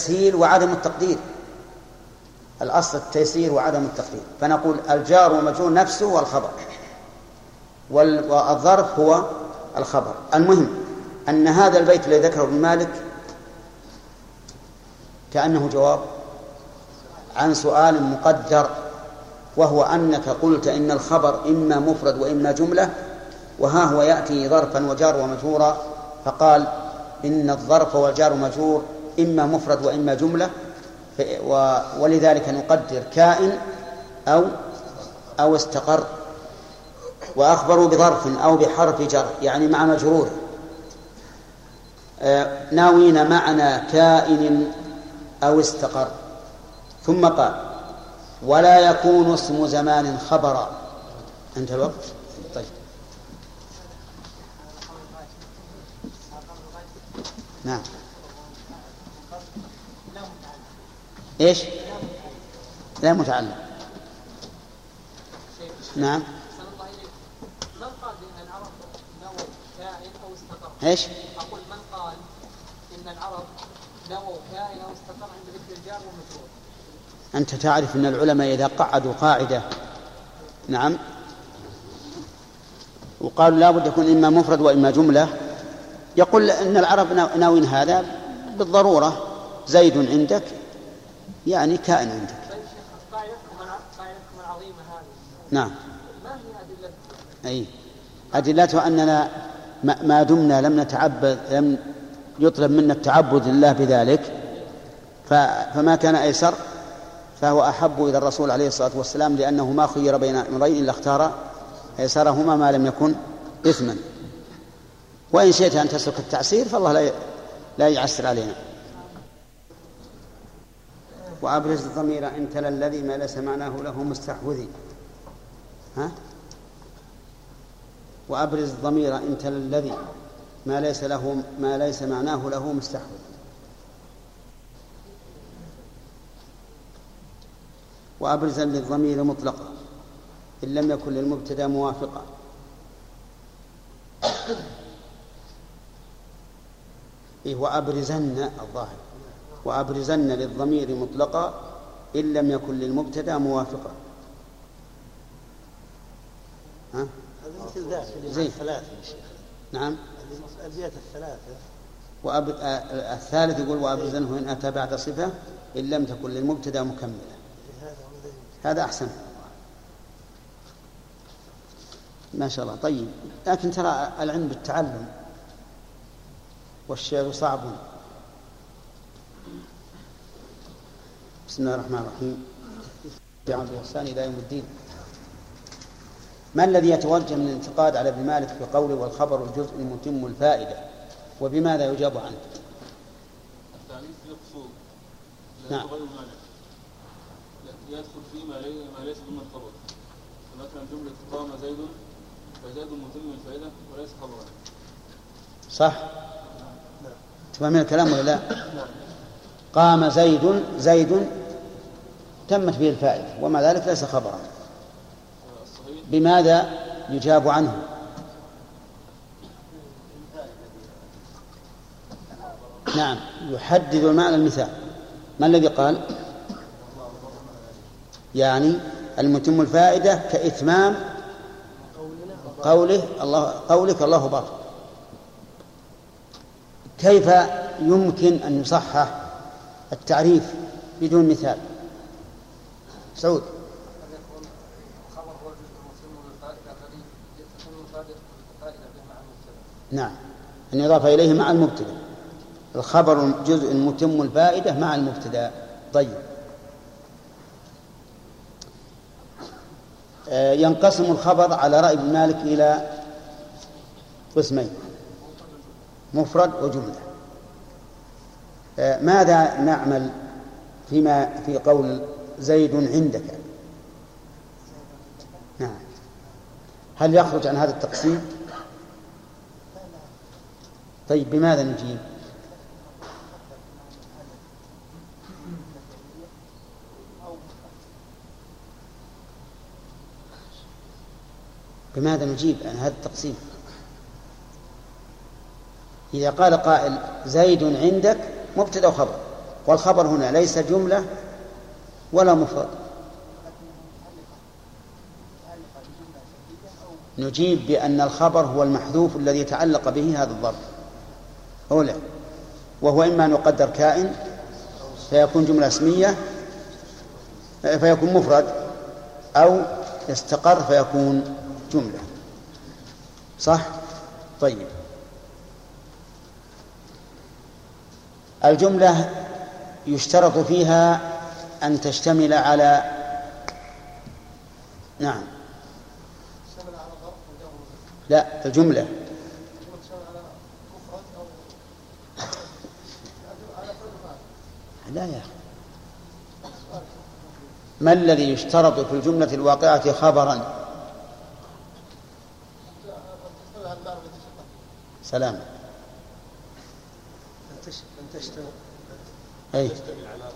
التسهيل وعدم التقدير. الأصل التيسير وعدم التقدير، فنقول الجار ومجرور نفسه والخبر، والظرف هو الخبر. المهم أن هذا البيت الذي ذكره ابن مالك كأنه جواب عن سؤال مقدر، وهو أنك قلت إن الخبر إما مفرد وإما جملة، وها هو يأتي ظرفا وجار ومجرورا، فقال إن الظرف والجار ومجرور إما مفرد وإما جملة، ولذلك نقدر كائن أو استقر. وأخبروا بظرف أو بحرف جر يعني مع مجرور، ناوين معنى كائن أو استقر. ثم قال ولا يكون اسم زمان خبرا. أنت الوقت؟ طيب نعم. إيش؟ لا متعلق. نعم. من قال إن العرب نووا كائن أو استقر؟ إيش؟ أقول من قال إن العرب نووا كائن أو استقر عند ذكر الجار والمجرور؟ أنت تعرف أن العلماء إذا قعدوا قاعدة نعم وقالوا لا بد يكون إما مفرد وإما جملة، يقول أن العرب ناوين هذا بالضرورة. زيد عندك يعني كائن عندك. قاعدتكم العظيمة هذه نعم. ما هي أدلتها؟ أي أدلتها أننا ما دمنا لم يطلب منا التعبد لله بذلك، فما كان أيسر فهو أحب إلى الرسول عليه الصلاة والسلام، لأنه ما خير بين أمرين إلا اختار أيسرهما ما لم يكن إثما. وإن شئت أن تسلك التعسير فالله لا يعسر علينا. وأبرز الضمير إن تلا الذي ما ليس معناه له مستحوذي. ها؟ وأبرز الضمير إن تلا الذي ما ليس معناه له مستحوذ. وأبرزا للضمير مطلقا إن لم يكن للمبتدأ موافقا. وأبرزن الظاهر وأبرزن للضمير مطلقا إن لم يكن للمبتدأ موافقا. ها؟ هذه مثل ذاك زين. الثلاثة يا شيخ. نعم. الأبيات الثلاثة. الثالث يقول وأبرزنه إن أتى بعد صفة إن لم تكن للمبتدأ مكملة. هذا أحسن ما شاء الله. طيب لكن ترى العلم بالتعلم والشعر صعب. بسم الله الرحمن الرحيم. عبد الإحسان إلى يوم الدين. ما الذي يتوجه من الانتقاد على ابن مالك في قوله والخبر الجزء المتم الفائدة، وبماذا يجاب عنه؟ التعريف يقصد نعم. يدخل فيه ما ليس ضمن الخبر، فمثلا جملة قام زيد فزيد متم الفائدة وليس خبرا. صح؟ تفهمين الكلام ولا لا؟ قام زيد تمت به الفائدة وما ذلك ليس خبرا. بماذا يجاب عنه؟ نعم يحدد المعنى المثال. ما الذي قال؟ يعني المتم الفائدة كإتمام قولك الله باطل. كيف يمكن أن يصحح التعريف بدون مثال؟ سعود. نعم أن يضاف إليه مع المبتدأ. الخبر جزء متم الفائدة مع المبتدأ. طيب ينقسم الخبر على رأي ابن مالك إلى قسمين مفرد وجملة. ماذا نعمل في قول زيد عندك؟ نعم هل يخرج عن هذا التقسيم؟ طيب بماذا نجيب؟ بماذا نجيب عن هذا التقسيم؟ إذا قال قائل زيد عندك مبتدأ وخبر والخبر هنا ليس جملة ولا مفرد. نجيب بأن الخبر هو المحذوف الذي تعلق به هذا الظرف أولا، وهو إما أن يقدر كائن فيكون جملة اسمية فيكون مفرد، أو يستقر فيكون جملة. صح؟ طيب، الجملة يشترط فيها أن تشتمل على نعم لا الجملة لا يا أخي، ما الذي يشترط في الجملة الواقعة خبرا؟ سلام. أن تشتمل أي على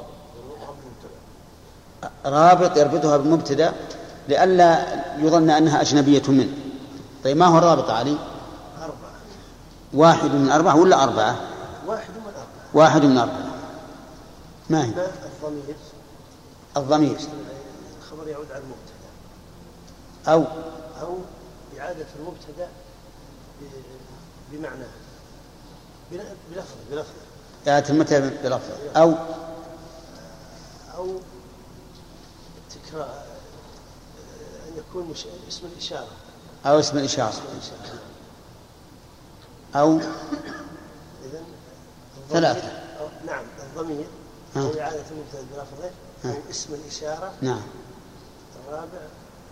رابط يربطها بالمبتدأ لئلا يظن أنها أجنبية منه. طيب ما هو الرابط علي؟ 4. واحد من 4 ولا 4؟ 1 من 4. 1 من 4. ما هي؟ الضمير الخبر يعود على المبتدأ أو إعادة المبتدأ بمعنى بلفظ إعادة المبتدأ بلفظ أو تكرار، أن يكون اسم الإشارة أو اسم الإشارة أو إذن 3. نعم الضمير أو إعادة المبتدأ بلفظه أو اسم الإشارة. نعم. الرابع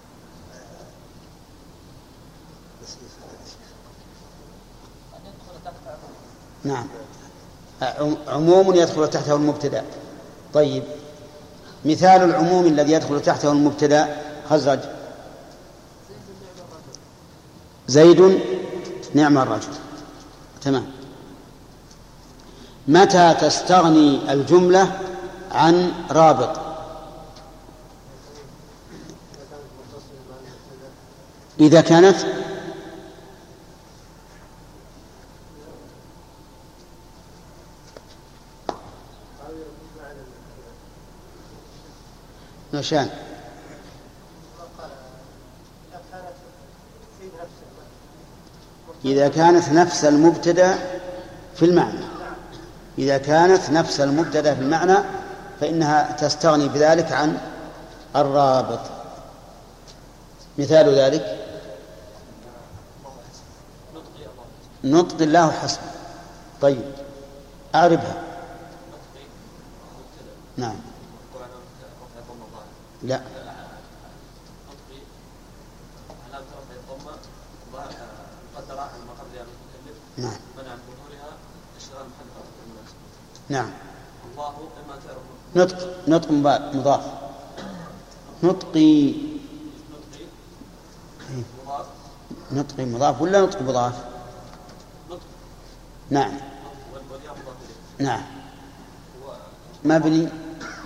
نعم عموم يدخل تحته المبتدأ. طيب، مثال العموم الذي يدخل تحته المبتدأ خزرج. زيد نعم الرجل. تمام. متى تستغني الجملة عن رابط؟ إذا كانت نشان إذا كانت نفس المبتدأ في المعنى. إذا كانت نفس المبتدأ في المعنى فإنها تستغني بذلك عن الرابط. مثال ذلك نطق الله حسب. طيب أعربها. نعم. لا نعم نعم. نطق مضاف. نطقي مضاف ولا نطق مضاف؟ نعم نعم. مبني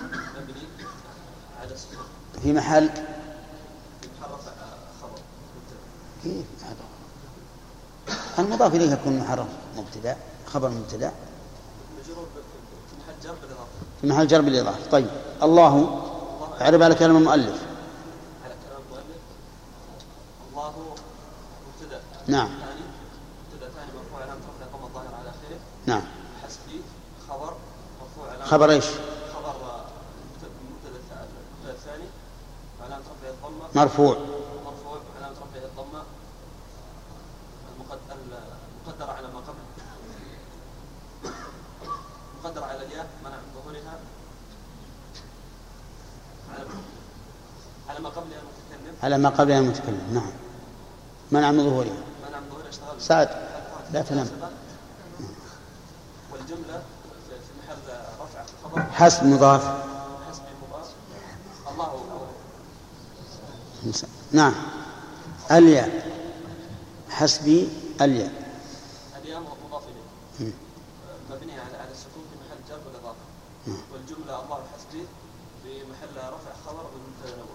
في محل كيف المضاف إليه يكون محرف مبتدأ خبر مبتدأ في محل جر بالإضافة. طيب الله أعرب على كلام المؤلف. الله مبتدأ. نعم. مبتدأ ثاني مرفوع علامة رفعه ضم الظاهر على آخره. نعم. حسبي خبر مرفوع علامة. خبر إيش؟ خبر مبتدأ الثاني علامة رفعه الضمة. مرفوع علامة رفعه الضمة المقدرة على ما قبل، مقدرة على الياء منع من ظهورها على ما قبلها المتكلم. على ما قبلها المتكلم. نعم. منع من ظهورها. اشتغل. سعد لا تنام. والجملة في محل رفع خبر. حسب مضاف. حسب مضاف. الله نعم. الياء حسبي الياء. الياء مضاف إليه مبني على السكون في محل جر بالإضافة. والجملة الله حسبي في محل رفع خبر من المبتدأ الأول.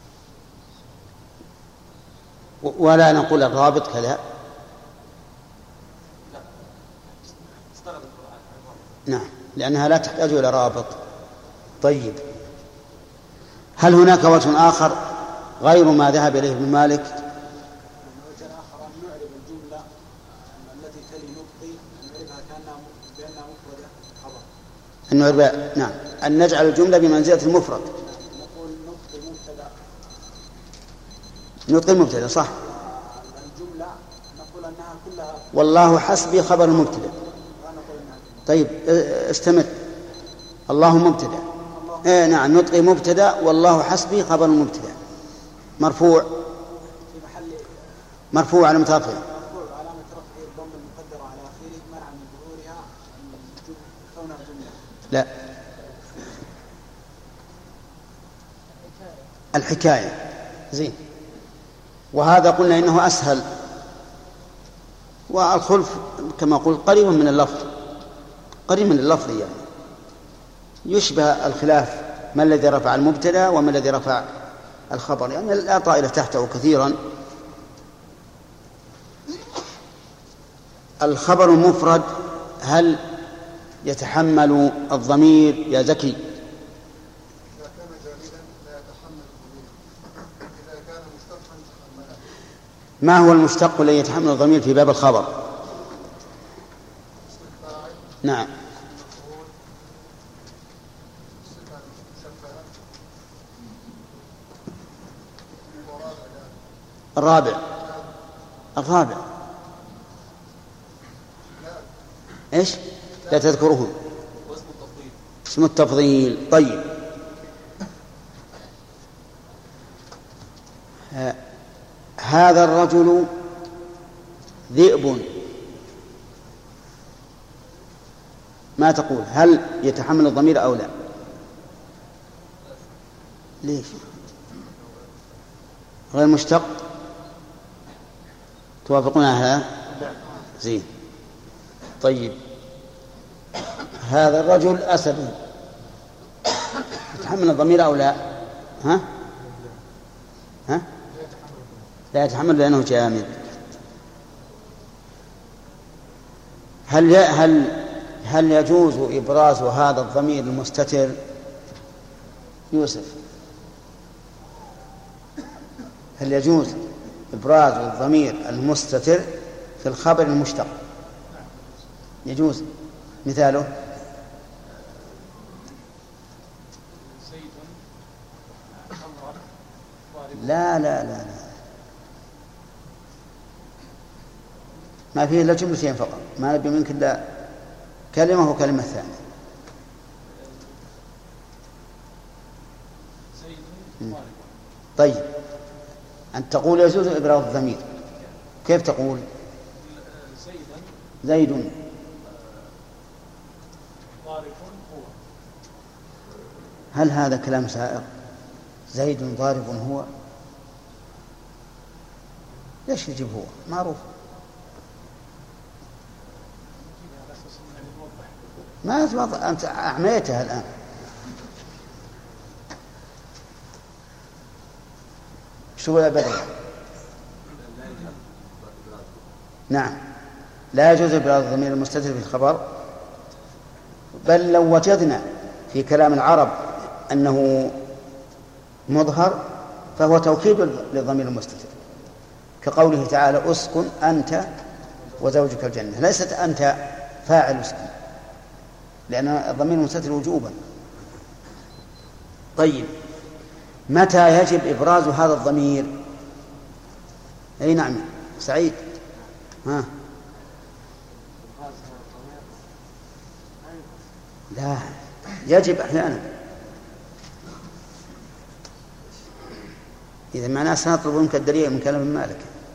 ولا نقول الرابط كذا. لا استغرب القرآن. نعم. لأنها لا تحتاج إلى رابط. طيب، هل هناك وجه آخر غير ما ذهب إليه ابن مالك؟ الوجه الآخر أن نعرب الجملة التي تلي نقطي نعربها بأنها مفردة خبر. أن نعرب، نعم، أن نجعل الجملة بمنزلة المفرد. نقول نقطي مبتدأ. نقطي مبتدأ، صح. الجملة نقول أنها كلها والله حسبي خبر المبتدأ. طيب استمر. الله مبتدأ. نعم، نطقي مبتدأ والله حسبي خبر المبتدأ، مرفوع في محل مرفوع على مترفع. مرفوع علامة رفعه الضم المقدرة على آخره منع من ظهورها كونها جملة. لا، الحكاية. زين. وهذا قلنا إنه أسهل، والخلف كما قلت قريب من اللفظ، قريب من اللفظ، يعني يشبه الخلاف ما الذي رفع المبتدأ وما الذي رفع الخبر، يعني لا طائلة تحته كثيرا. الخبر المفرد هل يتحمل الضمير يا زكي؟ إذا كان جامدا لا يتحمل الضمير، إذا كان مشتقا تحمله. ما هو المشتق الذي يتحمل الضمير في باب الخبر؟ نعم. الرابع ايش؟ لا تذكره. اسم التفضيل. طيب، هذا الرجل ذئب، ما تقول؟ هل يتحمل الضمير أو لا؟ ليش؟ غير مشتق؟ توافقون على هذا؟ زين. طيب، هذا الرجل أسد، يتحمل الضمير أو لا؟ ها؟ لا يتحمل لأنه جامد. هل يجوز إبراز هذا الضمير المستتر؟ يوسف، هل يجوز إبراز الضمير المستتر في الخبر المشتق؟ يجوز. مثاله؟ لا لا لا لا، ما فيه إلا جملتين فقط، ما نبي منك إلا كلمة وكلمة ثانية. طيب، أنت تقول يجوز إبراز الضمير، كيف تقول؟ زيد هل هذا كلام سائغ؟ زيد ضارب هو؟ ليش يجيب هو؟ معروف. ما توضح، أنت أعميتها الآن. شو يا بدر؟ نعم، لا يجوز إبراز الضمير المستتر في الخبر، بل لو وجدنا في كلام العرب أنه مظهر فهو توكيد للضمير المستتر، كقوله تعالى أسكن أنت وزوجك الجنة، ليست أنت فاعل أسكن، لأن الضمير المستتر وجوبا. طيب، متى يجب إبراز هذا الضمير؟ أي نعم سعيد. ها؟ لا، يجب أحيانا. إذا معناه سنطلب منك الدليل من كلام مالك.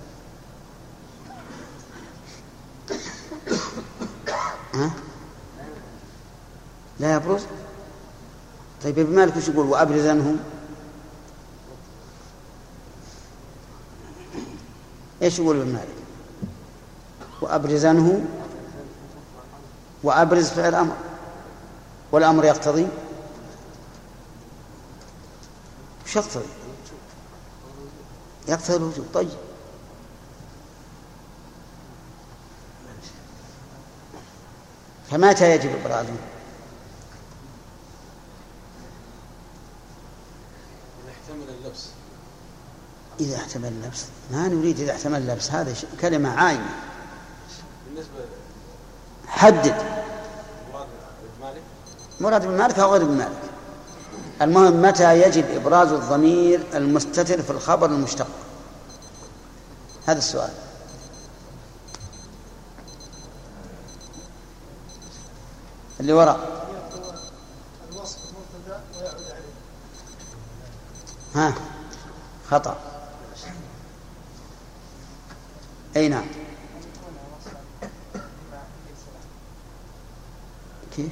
ها؟ لا يبرز. طيب ابن مالك وش يقول؟ وأبرزنهم. ايش يقول ابن مالك؟ وأبرزنه، وأبرز فعل أمر، والأمر يقتضي وش يقتضي؟ يقتضي الوجوب. طيب، فمتى يجب إبرازه؟ يحتمل اللبس. إذا احتمل اللبس ما نريد إذا احتمل اللبس، هذا كلمة عايمة. بالنسبة حدد مراد مراد ابن مالك ابن مالك أو غير ابن مالك. المهم متى يجب إبراز الضمير المستتر في الخبر المشتق؟ هذا السؤال. اللي وراء الوصف المبتدا ويعود عليه. ها خطأ. أي نعم. كيف؟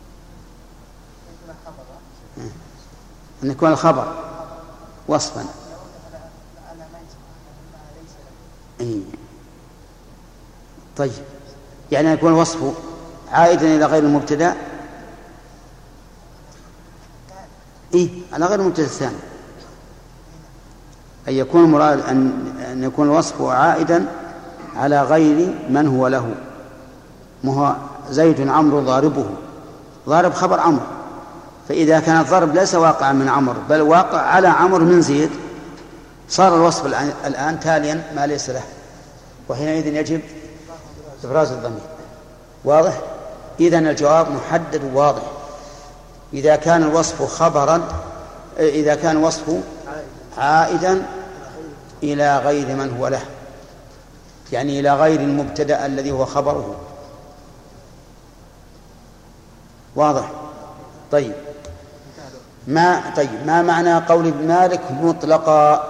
أن يكون الخبر وصفا. إيه. طيب يعني يكون الوصف عائدا إلى غير المبتدأ. إيه على غير المبتدأ الثاني. أن يكون المراد أن يكون الوصف عائدا على غير من هو له. مه زيد عمرو ضاربه، ضارب خبر عمرو، فإذا كان الضرب ليس واقعا من عمرو بل واقع على عمرو من زيد صار الوصف الآن تاليا ما ليس له، وحينئذ يجب إبراز الضمير. واضح؟ إذن الجواب محدد واضح. إذا كان الوصف خبرا، إذا كان الوصف عائدا إلى غير من هو له، يعني إلى غير المبتدأ الذي هو خبره. واضح؟ طيب ما معنى قول ابن مالك مطلقا؟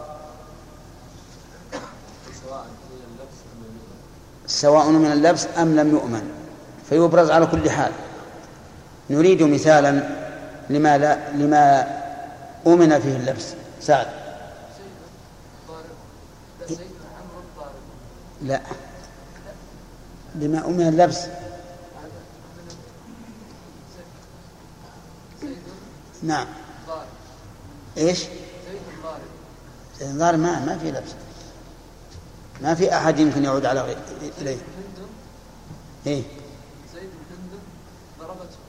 سواء من اللبس أم لم يؤمن، فيبرز على كل حال. نريد مثالا لما أؤمن فيه اللبس. سعد. لا لما أؤمن اللبس. نعم. إيش؟ ضارب ما في لبس، ما في أحد يمكن يعود على غير إليه. إيه؟ زيد هند ضربته.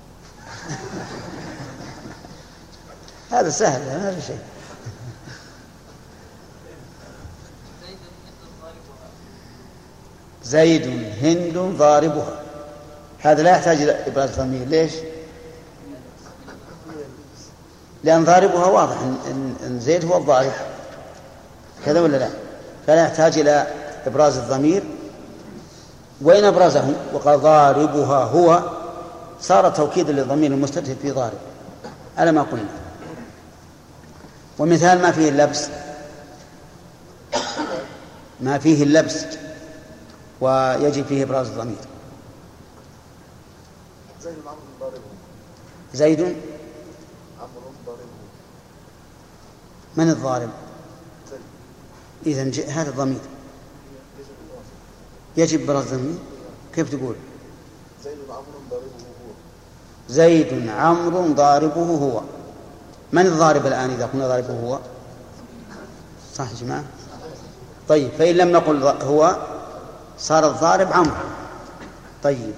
هذا سهل ما في شيء. زيد هند ضاربها، هذا لا يحتاج إلى إبراز ضمير. ليش؟ لأن ضاربها واضح إن زيد هو الضارب، كذا ولا لا؟ فلا يحتاج إلى إبراز الضمير. وإن أبرزه وقال ضاربها هو صار توكيدا للضمير المستتر في ضارب على ما قلنا. ومثال ما فيه اللبس، ما فيه اللبس ويجب فيه إبراز الضمير. زيد من الضارب؟ إذن هذا الضمير يجب إبراز الضمير. كيف تقول؟ زيد عمرو ضاربه هو. من الضارب الآن إذا قلنا ضاربه هو؟ صح يا جماعة؟ طيب فإن لم نقل هو صار الضارب عمرو. طيب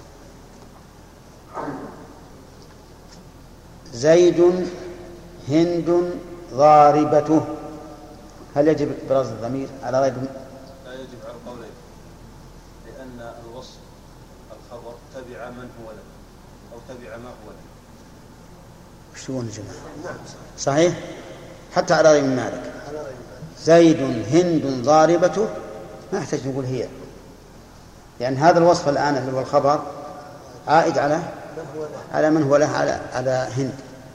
زيد هند ضاربته، هل يجب إبراز الضمير على غير؟ لا يجب على القولين، لأن الوصف الخبر تبع من هو له أو تبع ما هو له. وش تقول يا جماعة؟ صحيح حتى على غير مالك. زيد هند ضاربته ما يحتاج نقول هي، لأن هذا الوصف الآن اللي هو الخبر عائد على من هو له، على هند.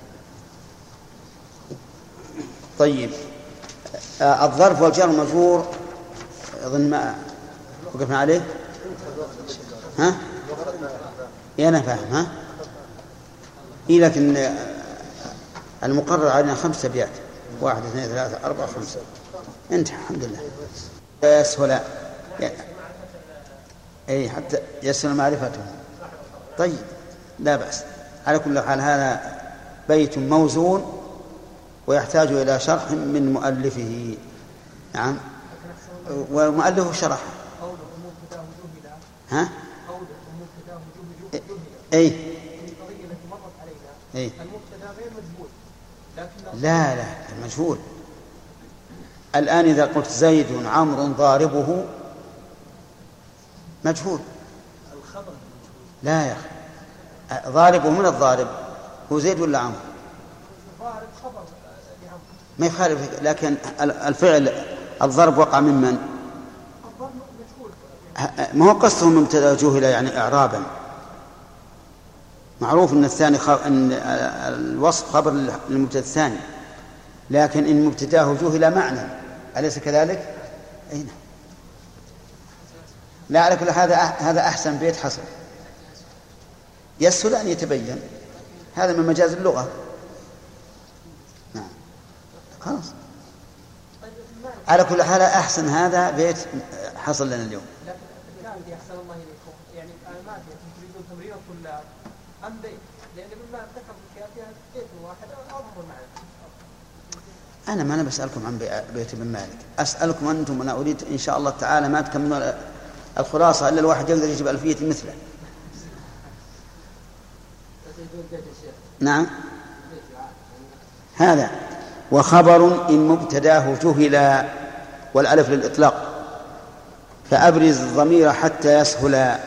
طيب الظرف والجار والمجرور أظن ما وقفنا عليه. ها؟ أنا فاهم. ها؟ إيه لكن المقرر علينا 5 أبيات، 1 2 3 4 5 انتهى الحمد لله. يسهل أي حتى يسهل معرفته. طيب لا بأس. على كل حال هذا بيت موزون ويحتاج إلى شرح من مؤلفه. نعم ومؤلفه شرح. ها؟ أي المبتدا غير مجهول لا مجهول. الآن إذا قلت زيد عمرو ضاربه مجهول. لا يا أخي، ضاربه من الضارب هو زيد ولا عمرو؟ ما يخالف، لكن الفعل الضرب وقع ممن؟ ما هو قصده مبتدأ جهل يعني إعرابا. معروف أن الثاني أن الوصف خبر للمبتدأ الثاني، لكن إن مبتداه جهل معنى، أليس كذلك؟ أين؟ لا، على كل هذا أحسن بيت حصل، يسهل أن يتبين، هذا من مجاز اللغة. نعم خلاص، على كل حال أحسن هذا بيت حصل لنا اليوم. لكن الكلام دي أحسن الله إليكم، يعني ما تريدون تمرين الطلاب أم بيت، لأن مما ذكر فيها بيت واحد أظهر معنا. أنا بسألكم عن بيت ابن مالك، أسألكم أنتم. أنا أريد إن شاء الله تعالى ما تكملون الخلاصة إلا الواحد يقدر يجيب ألفية مثله. نعم هذا. وخبر إن مبتداه جهلا والألف للإطلاق، فأبرز الضمير حتى يسهل.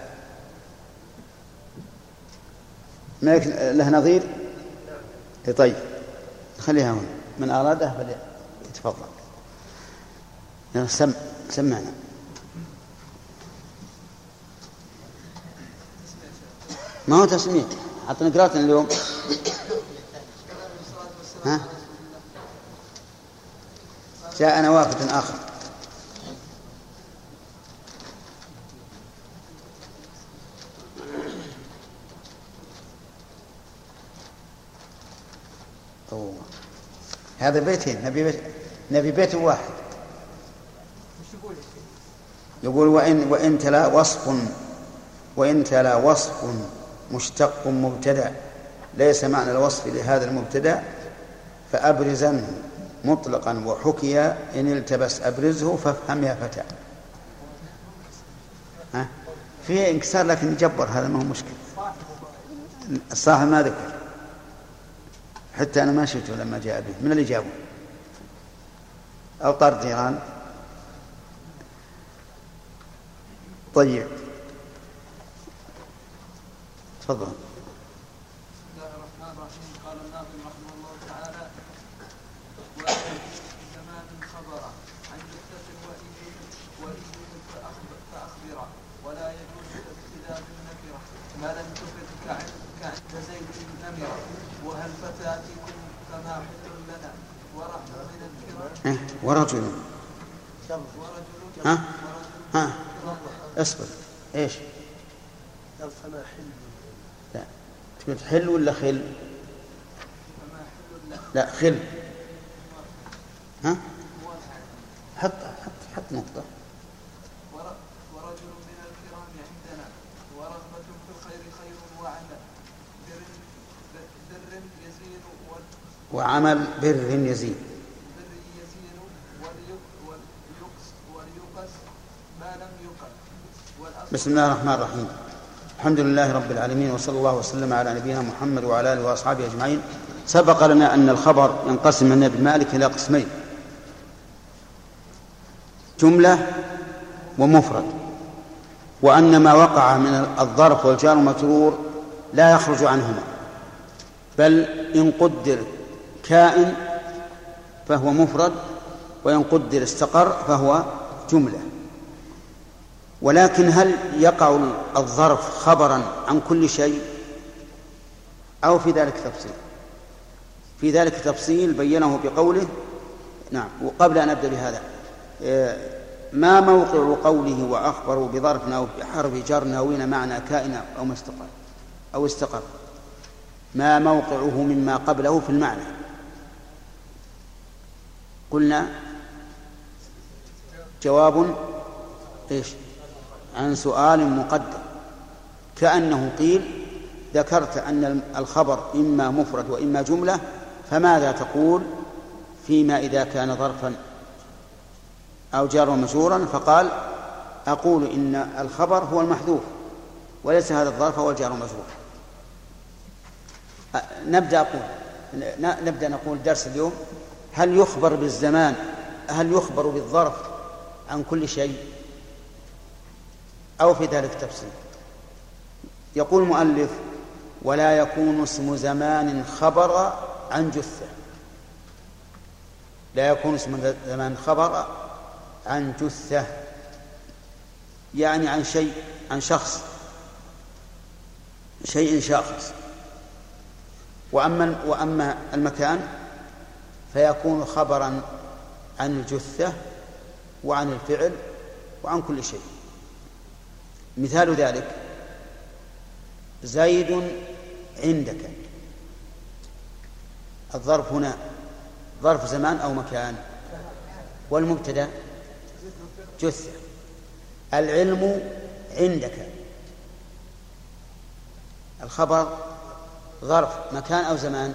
مالك له نظير؟ طيب خليها هنا، من أراده فليتفضل. سمعنا. ما هو تسمية، حتى نقرأتنا اليوم. ها؟ جاءنا وافد آخر. هذا بيتين، نبي بيت واحد. يقول وإن تلا وصف مشتق مبتدأ ليس معنى الوصف لهذا المبتدأ فأبرزنه مطلقا وحكي إن التبس أبرزه فافهم يا فتى. فيه انكسار لكن يجبر، هذا ما هو مشكلة. الصاحب ما ذكر، حتى أنا ما شفته لما جاء به. من اللي جابه؟ أو طرد جيران. طيب تفضل. بسم الله الرحمن الرحيم. قال الناظم رحمه الله تعالى: زمان خبر عن جثة وإذن فأخبر ولا يجوز الابتداء بالنكرة ما لم تفد كعند زيد النمرة وهل فتاتكم فما حل لنا ورحمة من الكرام ورجل. ها اصبر. ايش؟ فما حل. لا تقول حل ولا خل؟ لا خل. ها حط نقطة. ورجل من الكرام عندنا ورغبة في الخير خير وعمل بر يزين وعمل بر يزين وليقص ما لم يقل. بسم الله الرحمن الرحيم. الحمد لله رب العالمين، وصلى الله وسلم على نبينا محمد وعلى آله وأصحابه أجمعين. سبق لنا أن الخبر ينقسم من ابن مالك إلى قسمين: جملة ومفرد، وأن ما وقع من الظرف والجار والمجرور لا يخرج عنهما، بل إن قدر كائن فهو مفرد، وإن قدر استقر فهو جملة. ولكن هل يقع الظرف خبرا عن كل شيء أو في ذلك تفصيل؟ في ذلك تفصيل بينه بقوله. نعم. وقبل أن أبدأ بهذا، ما موقع قوله وأخبروا بظرف أو بحرف جر ناوين معنى كائن أو مستقر أو استقر؟ ما موقعه مما قبله في المعنى؟ قلنا جواب إيش؟ عن سؤال مقدم، كأنه قيل: ذكرت أن الخبر إما مفرد وإما جملة، فماذا تقول فيما إذا كان ظرفا أو جار ومجرورا؟ فقال: أقول إن الخبر هو المحذوف وليس هذا الظرف هو الجار ومجرور. نبدأ. أقول نبدأ نقول درس اليوم: هل يخبر بالزمان، هل يخبر بالظرف عن كل شيء أو في ذلك تفصيل؟ يقول المؤلف: ولا يكون اسم زمان خبر عن جثة. لا يكون اسم زمان خبر عن جثة، يعني عن شيء، عن شخص، شيء شاخص. وأما المكان فيكون خبرا عن الجثة وعن الفعل وعن كل شيء. مثال ذلك: زيد عندك. الظرف هنا ظرف زمان أو مكان، والمبتدأ جثة. العلم عندك، الخبر ظرف مكان أو زمان؟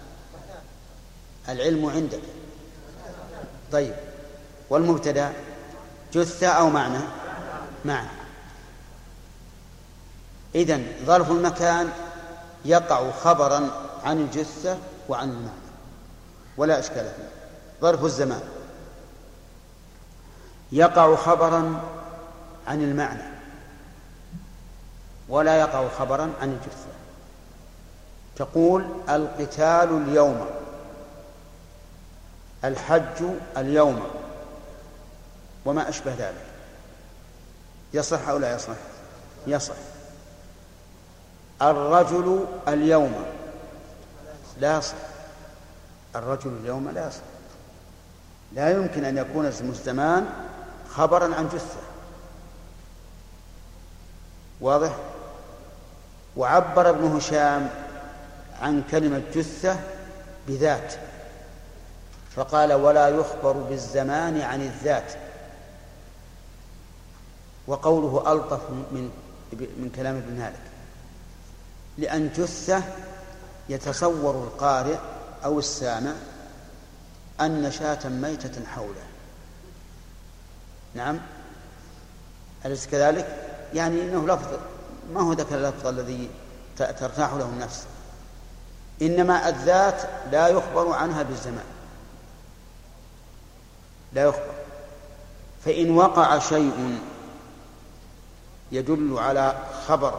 العلم عندك. طيب، والمبتدأ جثة أو معنى؟ معنى. إذن ظرف المكان يقع خبرا عن الجثة وعن المعنى ولا إشكال فيه. ظرف الزمان يقع خبرا عن المعنى ولا يقع خبرا عن الجثة. تقول: القتال اليوم، الحج اليوم، وما أشبه ذلك. يصح أو لا يصح؟ يصح. الرجل اليوم لا يصح. الرجل اليوم لا يصح. لا يمكن أن يكون اسم الزمان خبرا عن جثة. واضح؟ وعبر ابن هشام عن كلمة جثة بذات، فقال: ولا يخبر بالزمان عن الذات. وقوله ألطف من كلام ابن مالك، لأن جثة يتصور القارئ أو السامع أن شاة ميتة حوله. نعم، أليس كذلك؟ يعني إنه لفظ ما هو ذاك اللفظ الذي ترتاح له النفس، إنما الذات لا يخبر عنها بالزمان، لا يخبر. فإن وقع شيء يدل على خبر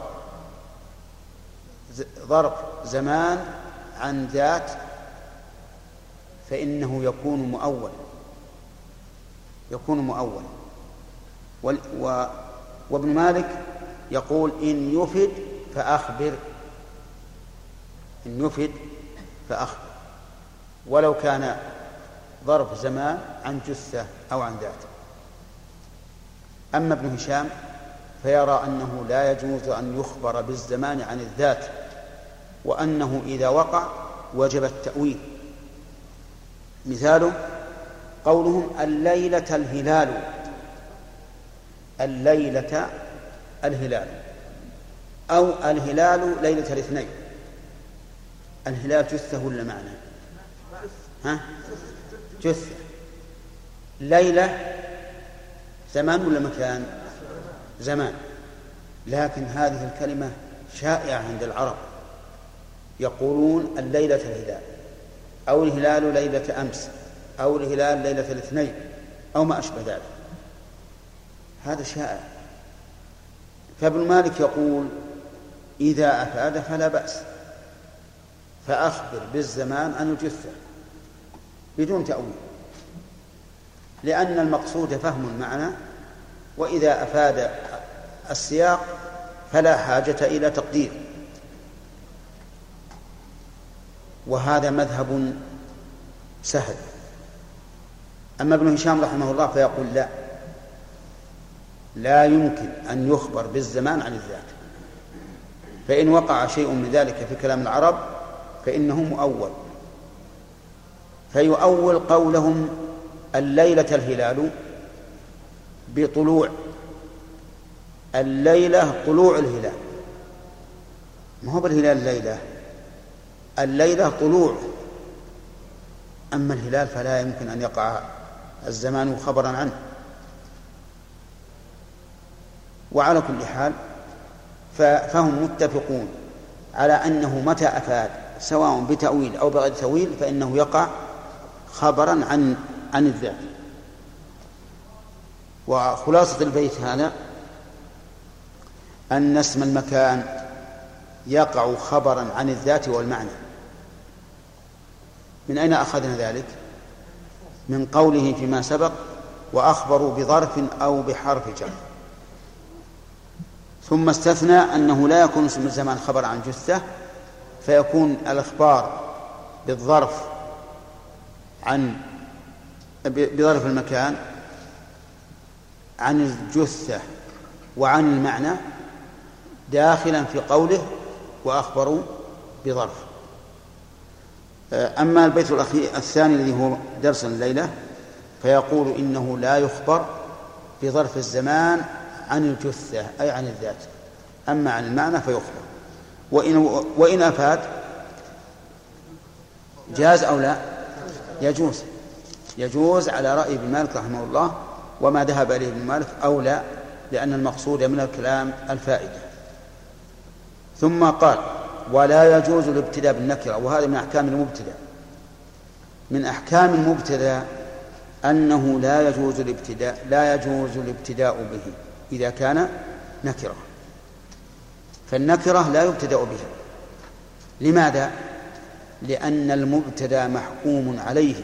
ظرف زمان عن ذات فإنه يكون مؤول، يكون مؤول. وابن مالك يقول: إن يفد فأخبر، إن يفد فأخبر، ولو كان ظرف زمان عن جثة أو عن ذات. أما ابن هشام فيرى أنه لا يجوز أن يخبر بالزمان عن الذات، وأنه إذا وقع وجب التأويل. مثاله قولهم: الليلة الهلال، الليلة الهلال، أو الهلال ليلة الاثنين. الهلال جثة ولا معنى؟ ها؟ جثة. ليلة زمان ولا مكان؟ زمان. لكن هذه الكلمة شائعة عند العرب، يقولون الليلة الهلال، أو الهلال ليلة أمس، أو الهلال ليلة الاثنين، أو ما أشبه ذلك. هذا شائع. فابن مالك يقول: إذا أفاد فلا بأس، فأخبر بالزمان عن الجثة بدون تأويل، لأن المقصود فهم المعنى، وإذا أفاد السياق فلا حاجة إلى تقدير. وهذا مذهب سهل. أما ابن هشام رحمه الله فيقول: لا يمكن أن يخبر بالزمان عن الذات، فإن وقع شيء من ذلك في كلام العرب فإنه مؤول. فيؤول قولهم الليلة الهلال بطلوع الليلة، طلوع الهلال، ما هو بالهلال الليلة، الليلة طلوع. أما الهلال فلا يمكن أن يقع الزمان خبرا عنه. وعلى كل حال فهم متفقون على أنه متى أفاد سواء بتأويل أو بغير تأويل فإنه يقع خبرا عن الذات. وخلاصة البيت هذا أن اسم المكان يقع خبرا عن الذات والمعنى. من أين أخذنا ذلك؟ من قوله فيما سبق وأخبروا بظرف أو بحرف جر. ثم استثنى أنه لا يكون اسم الزمان خبر عن جثة، فيكون الإخبار بالظرف بظرف المكان عن الجثة وعن المعنى داخلا في قوله وأخبروا بظرف. أما البيت الثاني الذي هو درس الليلة فيقول إنه لا يخبر بظرف الزمان عن الجثة أي عن الذات، أما عن المعنى فيخبر. وإن أفاد جاز أو لا؟ يجوز على رأي ابن مالك رحمه الله، وما ذهب إليه ابن مالك أو لا، لأن المقصود من الكلام الفائدة. ثم قال ولا يجوز الابتداء بالنكرة، وهذا من أحكام المبتدأ. من أحكام المبتدأ أنه لا يجوز الابتداء به إذا كان نكرة، فالنكرة لا يبتدأ بها. لماذا؟ لأن المبتدأ محكوم عليه،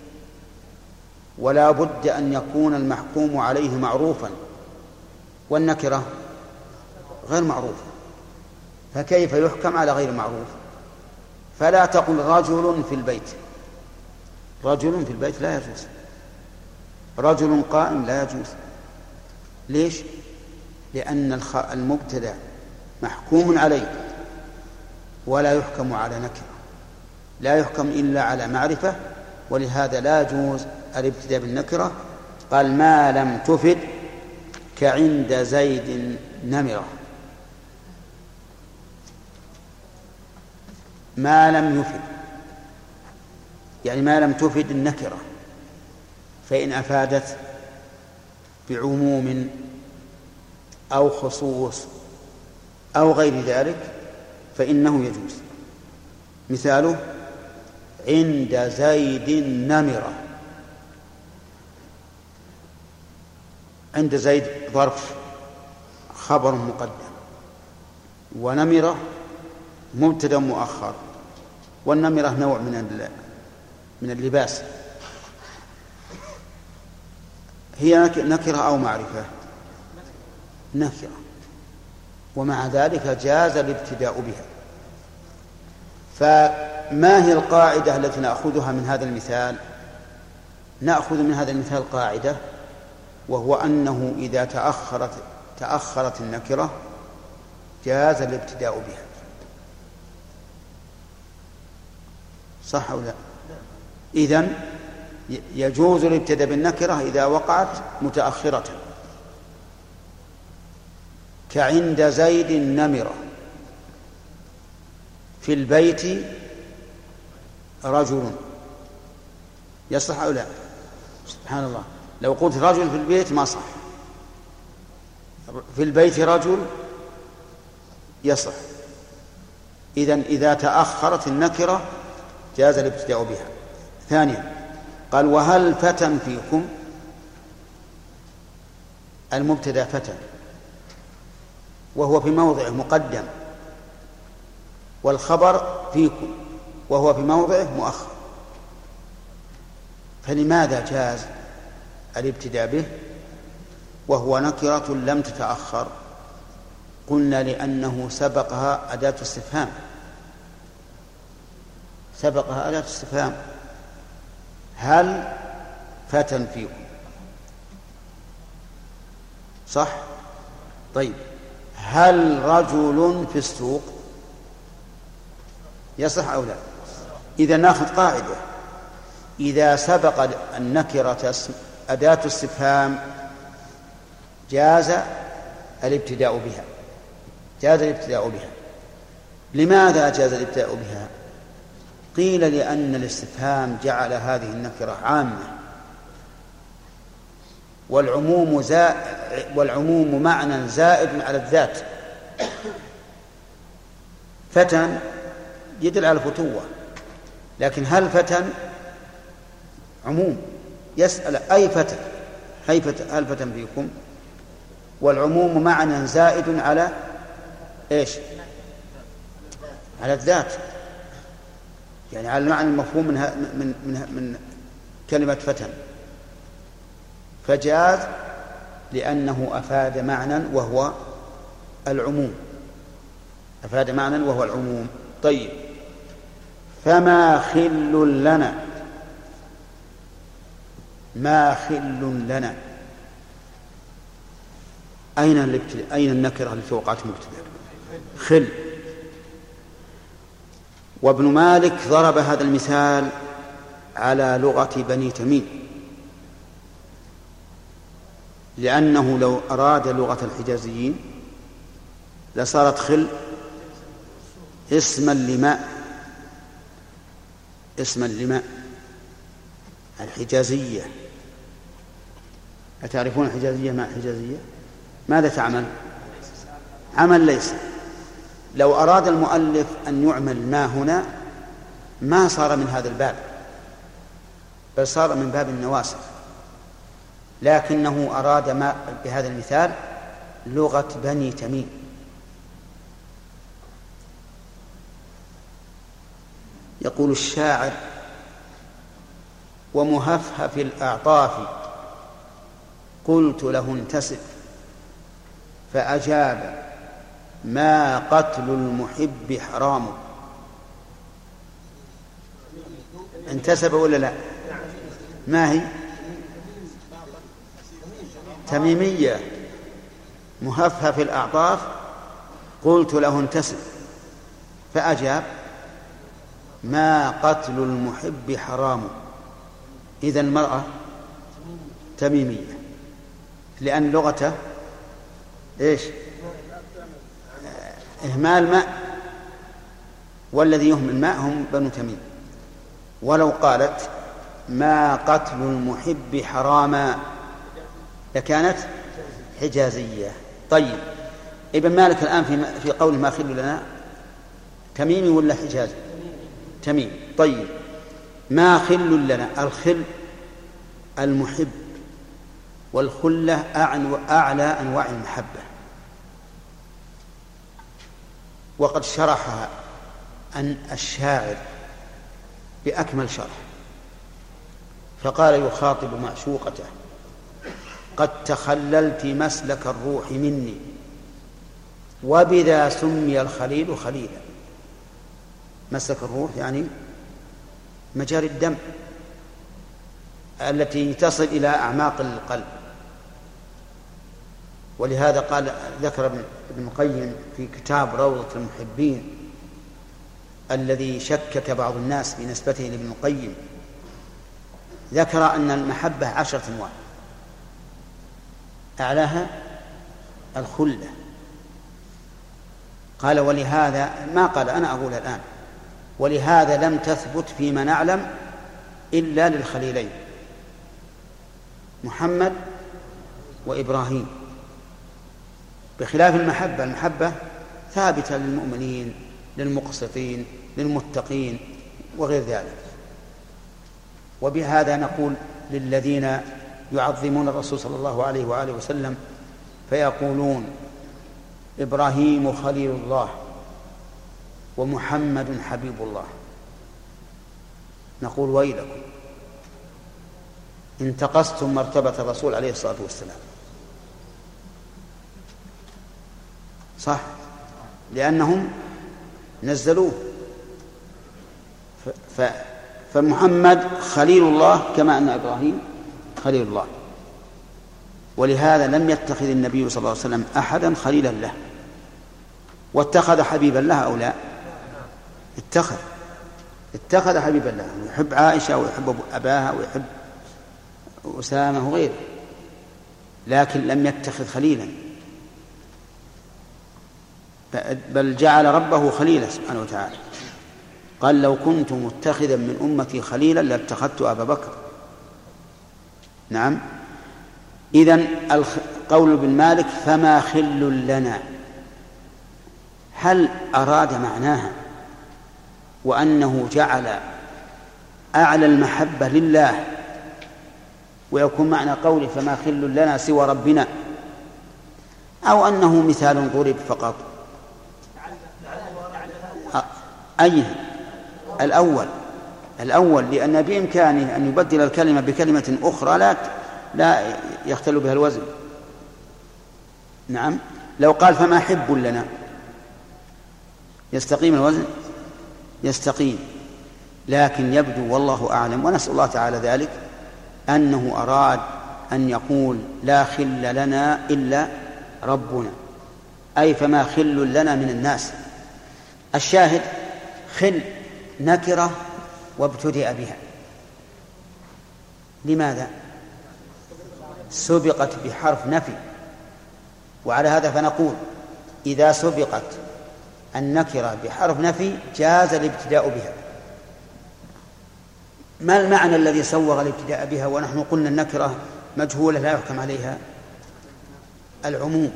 ولا بد أن يكون المحكوم عليه معروفا، والنكرة غير معروفة، فكيف يحكم على غير معروف؟ فلا تقل رجل في البيت، رجل في البيت لا يجوز، رجل قائم لا يجوز. ليش؟ لأن المبتدأ محكوم عليه ولا يحكم على نكرة، لا يحكم إلا على معرفة، ولهذا لا يجوز الابتداء بالنكرة. قال ما لم تفد كعند زيد نمرة، ما لم يفد يعني ما لم تفد النكرة، فإن أفادت بعموم أو خصوص أو غير ذلك فإنه يجوز. مثاله عند زيد نمرة، عند زيد ظرف خبر مقدم، ونمرة مبتدأ مؤخر، والنمرة نوع من اللباس، هي نكرة أو معرفة؟ نكرة، ومع ذلك جاز الابتداء بها. فما هي القاعدة التي نأخذها من هذا المثال؟ نأخذ من هذا المثال قاعدة، وهو أنه إذا تأخرت النكرة جاز الابتداء بها. صح أو لا؟ إذن يجوز الابتداء بالنكرة إذا وقعت متأخرة، كعند زيد نمرة، في البيت رجل، يصح أو لا؟ سبحان الله، لو قلت رجل في البيت ما صح، في البيت رجل يصح. إذن إذا تأخرت النكرة جاز الابتداء بها. ثانيا قال وهل فتى فيكم؟ المبتدأ فتى وهو في موضعه مقدم، والخبر فيكم وهو في موضعه مؤخر، فلماذا جاز الابتداء به وهو نكرة لم تتأخر؟ قلنا لأنه سبقها أداة استفهام، سبقها أداة استفهام، هل فتى فيكم؟ صح؟ طيب هل رجل في السوق؟ يصح أو لا؟ إذا نأخذ قاعدة، إذا سبق النكرة أداة استفهام جاز الابتداء بها، جاز الابتداء بها. لماذا جاز الابتداء بها؟ قيل لأن الاستفهام جعل هذه النكرة عامة، والعموم معنى زائد على الذات. فتى يدل على الفتوة. لكن هل فتى عموم، يسأل أي فتى، هل فتى فيكم، والعموم معنى زائد على إيش؟ على الذات، يعني على المعنى المفهوم من كلمة فتى، فجاز لأنه أفاد معنى وهو العموم، أفاد معنى وهو العموم. طيب، فما خل لنا، ما خل لنا، أين النكرة التي وقعت مبتدأ؟ خل. وابن مالك ضرب هذا المثال على لغة بني تميم، لأنه لو أراد لغة الحجازيين لصارت خل اسما لماء الحجازية. أتعرفون الحجازية؟ ما الحجازية ماذا تعمل؟ عمل ليس. لو أراد المؤلف أن يعمل ما هنا ما صار من هذا الباب، بل صار من باب النواسخ، لكنه أراد ما بهذا المثال لغة بني تميم. يقول الشاعر: ومهفهف الأعطاف قلت له انتسب، فأجاب: ما قتل المحب حرام. انتسب ولا لا؟ ما هي؟ تميمية. مهفهف الأعطاف قلت له انتسب، فأجاب: ما قتل المحب حرام. إذن المرأة تميمية، لأن لغته إيش؟ إهمال ماء، والذي يهمل الماء هم بنو تميم. ولو قالت ما قتل المحب حراما لكانت حجازية. طيب، ابن مالك الآن في قوله ما خل لنا تميمي ولا حجازي؟ تميم. طيب، ما خل لنا، الخل المحب، والخلة أعلى أنواع المحبة، وقد شرحها أن الشاعر بأكمل شرح، فقال يخاطب معشوقته: قد تخللت مسلك الروح مني، وبذا سمي الخليل خليلا. مسلك الروح يعني مجاري الدم التي تصل إلى أعماق القلب. ولهذا قال ذكر ابن القيم في كتاب روضة المحبين الذي شكك بعض الناس في نسبته لابن القيم، ذكر أن المحبة 10 أنواع، أعلاها الخلة. قال ولهذا، ما قال أنا أقول الآن، ولهذا لم تثبت فيما نعلم إلا للخليلين محمد وإبراهيم، بخلاف المحبة. المحبة ثابتة للمؤمنين، للمقسطين، للمتقين وغير ذلك. وبهذا نقول للذين يعظمون الرسول صلى الله عليه وآله وسلم فيقولون إبراهيم خليل الله ومحمد حبيب الله، نقول ويلكم انتقصتم مرتبة الرسول عليه الصلاة والسلام. صح، لأنهم نزلوه. فمحمد خليل الله كما أن إبراهيم خليل الله. ولهذا لم يتخذ النبي صلى الله عليه وسلم أحدا خليلا له. واتخذ حبيبا له أو لا؟ اتخذ حبيبا له، يحب عائشة ويحب أباها ويحب أسامة وغيره، لكن لم يتخذ خليلا، بل جعل ربه خليلا سبحانه وتعالى. قال لو كنت متخذا من أمتي خليلا لاتخذت أبا بكر. نعم. إذن قول ابن مالك فما خل لنا، هل أراد معناها وأنه جعل أعلى المحبة لله، ويكون معنى قوله فما خل لنا سوى ربنا، أو أنه مثال ضرب فقط. أي الأول لأن بإمكانه أن يبدل الكلمة بكلمة أخرى لا يختل بها الوزن. نعم، لو قال فما حب لنا يستقيم الوزن؟ يستقيم، لكن يبدو والله أعلم ونسأل الله تعالى ذلك أنه أراد أن يقول لا خل لنا إلا ربنا، أي فما خل لنا من الناس. الشاهد خل نكرة وابتدأ بها، لماذا؟ سبقت بحرف نفي، وعلى هذا فنقول إذا سبقت النكرة بحرف نفي جاز الابتداء بها. ما المعنى الذي صوغ الابتداء بها ونحن قلنا النكرة مجهولة لا يحكم عليها؟ العموم،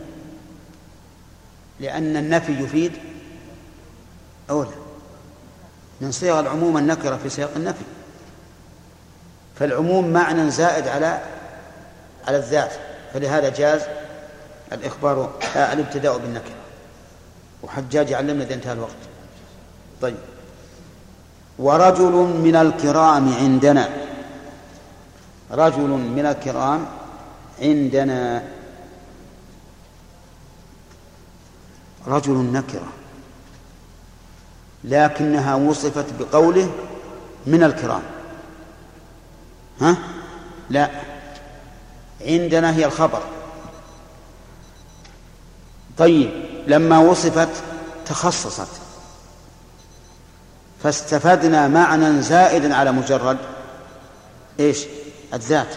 لأن النفي يفيد أولى من صيغ العموم النكرة في سياق النفي، فالعموم معنى زائد على الذات، فلهذا جاز الابتداء بالنكرة. وحجاج علمنا إذا انتهى الوقت. طيب، ورجل من الكرام عندنا، رجل من الكرام عندنا، رجل نكرة لكنها وصفت بقوله من الكرام. لا، عندنا هي الخبر. طيب، لما وصفت تخصصت، فاستفدنا معنى زائدا على مجرد ايش؟ الذات.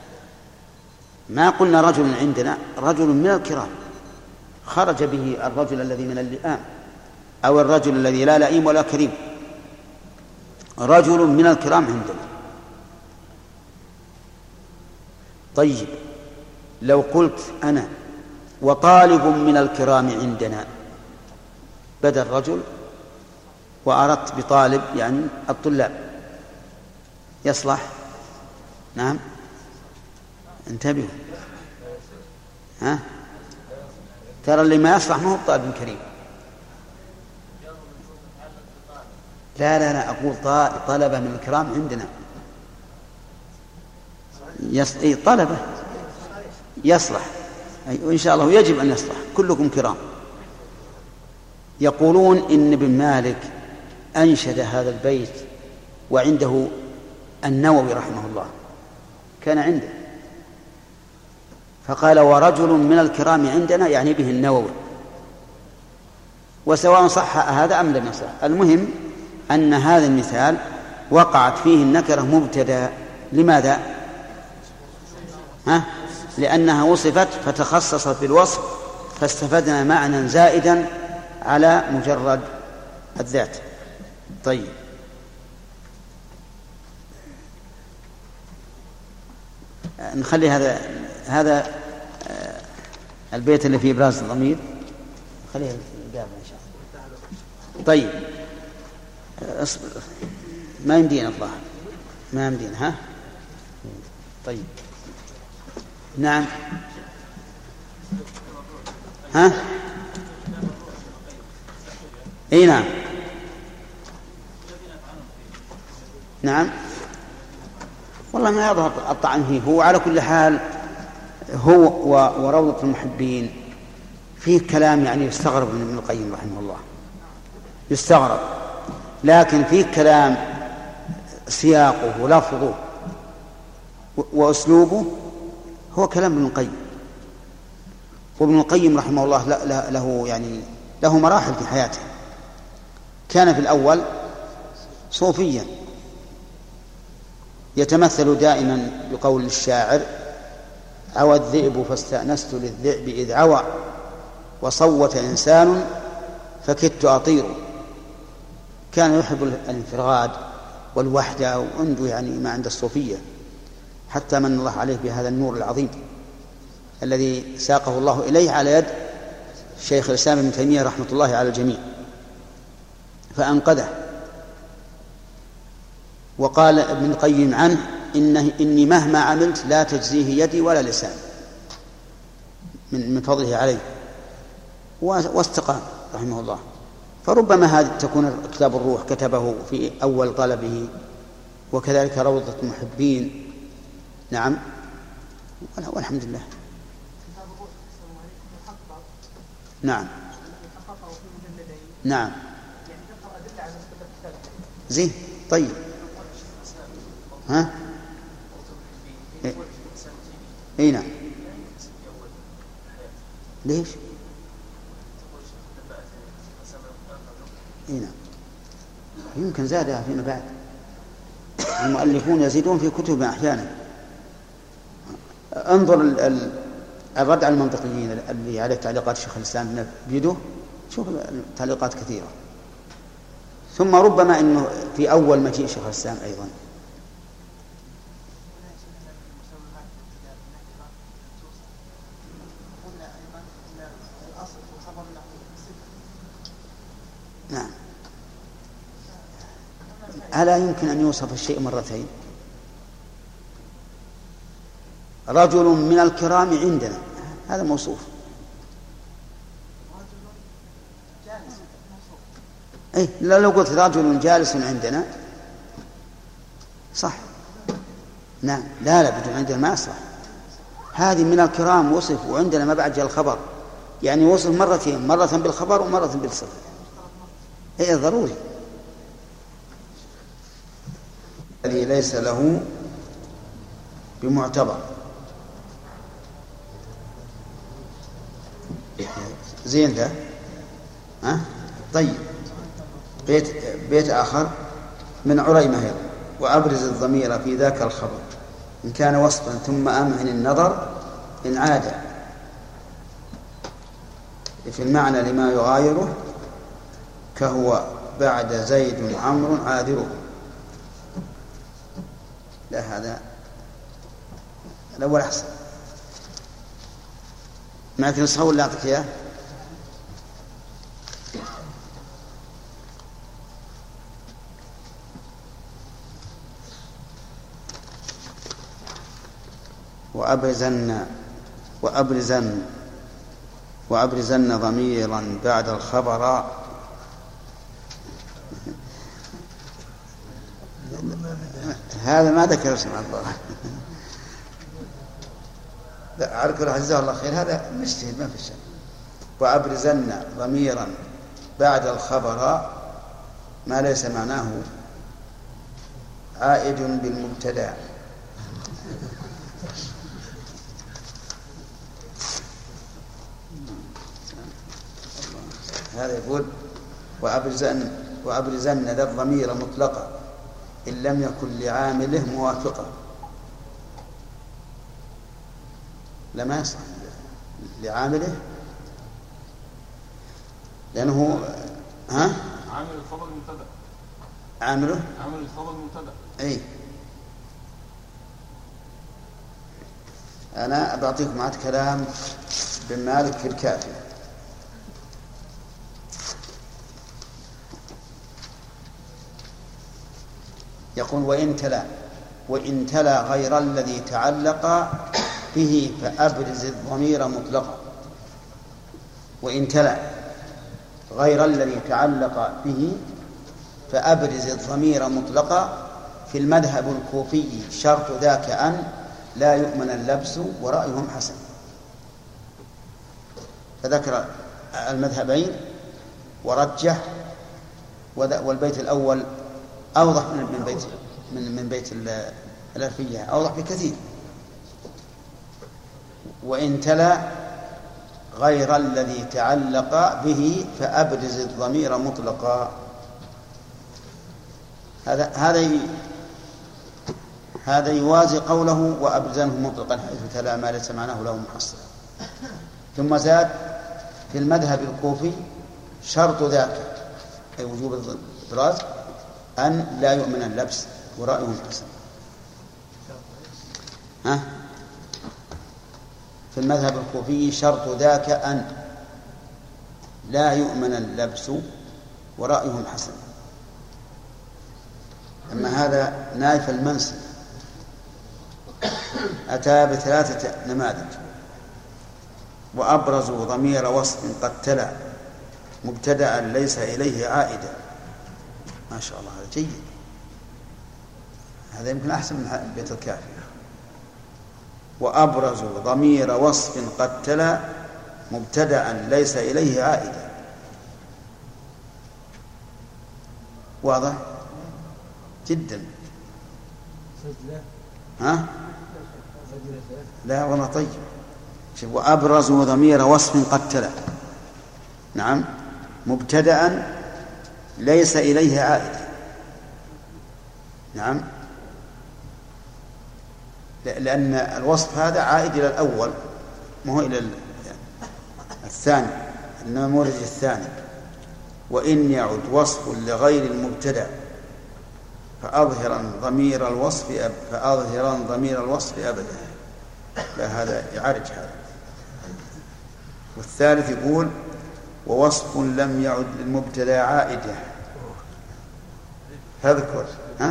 ما قلنا رجل عندنا، رجل من الكرام، خرج به الرجل الذي من اللئام أو الرجل الذي لا لئيم ولا كريم، رجل من الكرام عندنا. طيب، لو قلت أنا وطالب من الكرام عندنا بدل رجل وأردت بطالب يعني الطلاب، يصلح؟ نعم، انتبهوا. ترى اللي ما يصلح ما هو طالب كريم. لا أقول طلبة من الكرام عندنا، طلبة يصلح، وإن شاء الله يجب أن يصلح، كلكم كرام. يقولون إن ابن مالك أنشد هذا البيت وعنده النووي رحمه الله كان عنده، فقال ورجل من الكرام عندنا يعني به النووي، وسواء صح هذا أم لم يصح، المهم أن هذا المثال وقعت فيه النكرة مبتدأ. لماذا؟ لأنها وصفت فتخصصت بالوصف، فاستفدنا معنى زائدا على مجرد الذات. طيب، نخلي هذا البيت اللي فيه إبراز الضمير خليه الإجابة إن شاء الله. طيب، اصبر، ما يمدينا الظاهر، ما يمدينا. طيب، نعم، اي نعم، نعم، والله ما يظهر الطعن فيه. هو على كل حال هو وروضة المحبين فيه كلام يعني يستغرب من ابن القيم رحمه الله، يستغرب، لكن فيه كلام سياقه ولفظه وأسلوبه هو كلام ابن القيم. وابن القيم رحمه الله له مراحل في حياته. كان في الأول صوفيا يتمثل دائما بقول الشاعر: عوى الذئب فاستأنست للذئب إذ عوى، وصوت إنسان فكدت أطير. كان يحب الانفراد والوحدة، وعنده يعني ما عند الصوفية، حتى من الله عليه بهذا النور العظيم الذي ساقه الله إليه على يد شيخ الإسلام ابن تيمية رحمة الله على الجميع، فأنقذه وقال ابن القيم عنه إني مهما عملت لا تجزيه يدي ولا لسان من فضله عليه، واستقام رحمه الله. فربما هذه تكون كتاب الروح كتبه في أول طلبه، وكذلك روضة المحبين. نعم، والحمد لله. نعم نعم زين. طيب ها اي نعم. ليش؟ اي نعم، يمكن زادها فيما بعد. المؤلفون يزيدون في كتب احيانا. انظر الرد على المنطقيين اللي عليه تعليقات شيخ الإسلام بيده، شوف تعليقات كثيرة. ثم ربما أنه في أول مجيء شيخ الإسلام أيضا. نعم، ألا يمكن أن يوصف الشيء مرتين؟ رجل من الكرام عندنا، هذا موصوف. أي لو قلت رجل جالس عندنا صح. نعم، لا بدون عندنا ما صح. هذه من الكرام وصف، وعندنا ما بعد جاء الخبر، يعني وصف مرتين، مرة بالخبر ومرة بالصفة. هي ضروري. الذي ليس له بمعتبر. زين ذا. طيب، بيت آخر من عريمة أيضا: وأبرز الضمير في ذاك الخبر إن كان وصفا ثم أمعن النظر إن عاد في المعنى لما يغايره، كهو بعد زيد عمرو عاذره. لا، هذا الأول أحسن. معك نسخة ولا أعطيك إياه؟ وأبرزن ضميرا بعد الخبر. هذا ما ذكر اسم الله. لا، عركر جزاه الله خير، هذا مجتهد ما في شيء. وأبرزن ضميرا بعد الخبر ما ليس معناه عائد بالمبتدأ. هذا يقول: وأبرزن ذا الضمير مطلقا إن لم يكن لعامله موافقا. لما يصح لعامله، لأنه عامل الخبر المبتدأ. عامل الخبر المبتدأ. أي، أنا بعطيكم عاد كلام بن مالك في الكافي. يقول: وإن تلا غير الذي تعلق به فأبرز الضمير مطلقا. وإن تلا غير الذي تعلق به فأبرز الضمير مطلقا. في المذهب الكوفي شرط ذاك أن لا يؤمن اللبس ورأيهم حسن. فذكر المذهبين ورجح، والبيت الأول أوضح من بيت الألفية، أوضح بكثير. وإن تلا غير الذي تعلق به فأبرز الضمير مطلقا. هذا يوازي قوله وأبرزنه مطلقا حيث تلا ما ليس معناه له محصل. ثم زاد: في المذهب الكوفي شرط ذاك، أي وجوب الإبراز، أن لا يؤمن اللبس ورأيهم حسن. في المذهب الكوفي شرط ذاك أن لا يؤمن اللبس ورأيهم حسن. أما هذا نايف المنسب أتى ب3 نماذج. وأبرزوا ضمير وصف قد تلا مبتدأ ليس إليه عائدا. ما شاء الله، هذا جيد، هذا يمكن أحسن من بيت الكافي. وأبرزوا ضمير وصف قد تلا مبتدأ ليس إليه عائدا. واضح جدا. ها؟ لا والله طيب. وأبرزوا ضمير وصف قد تلا، نعم، مبتدأ ليس إليه عائدا. نعم، لأن الوصف هذا عائد إلى الأول، ما هو إلى الثاني، إنما مورد الثاني. وإن يعد وصف لغير المبتدأ فأظهرا ضمير الوصف أبدا. لا، هذا يعرج هذا. والثالث يقول ووصف لم يعد للمبتدأ عائدة. فاذكر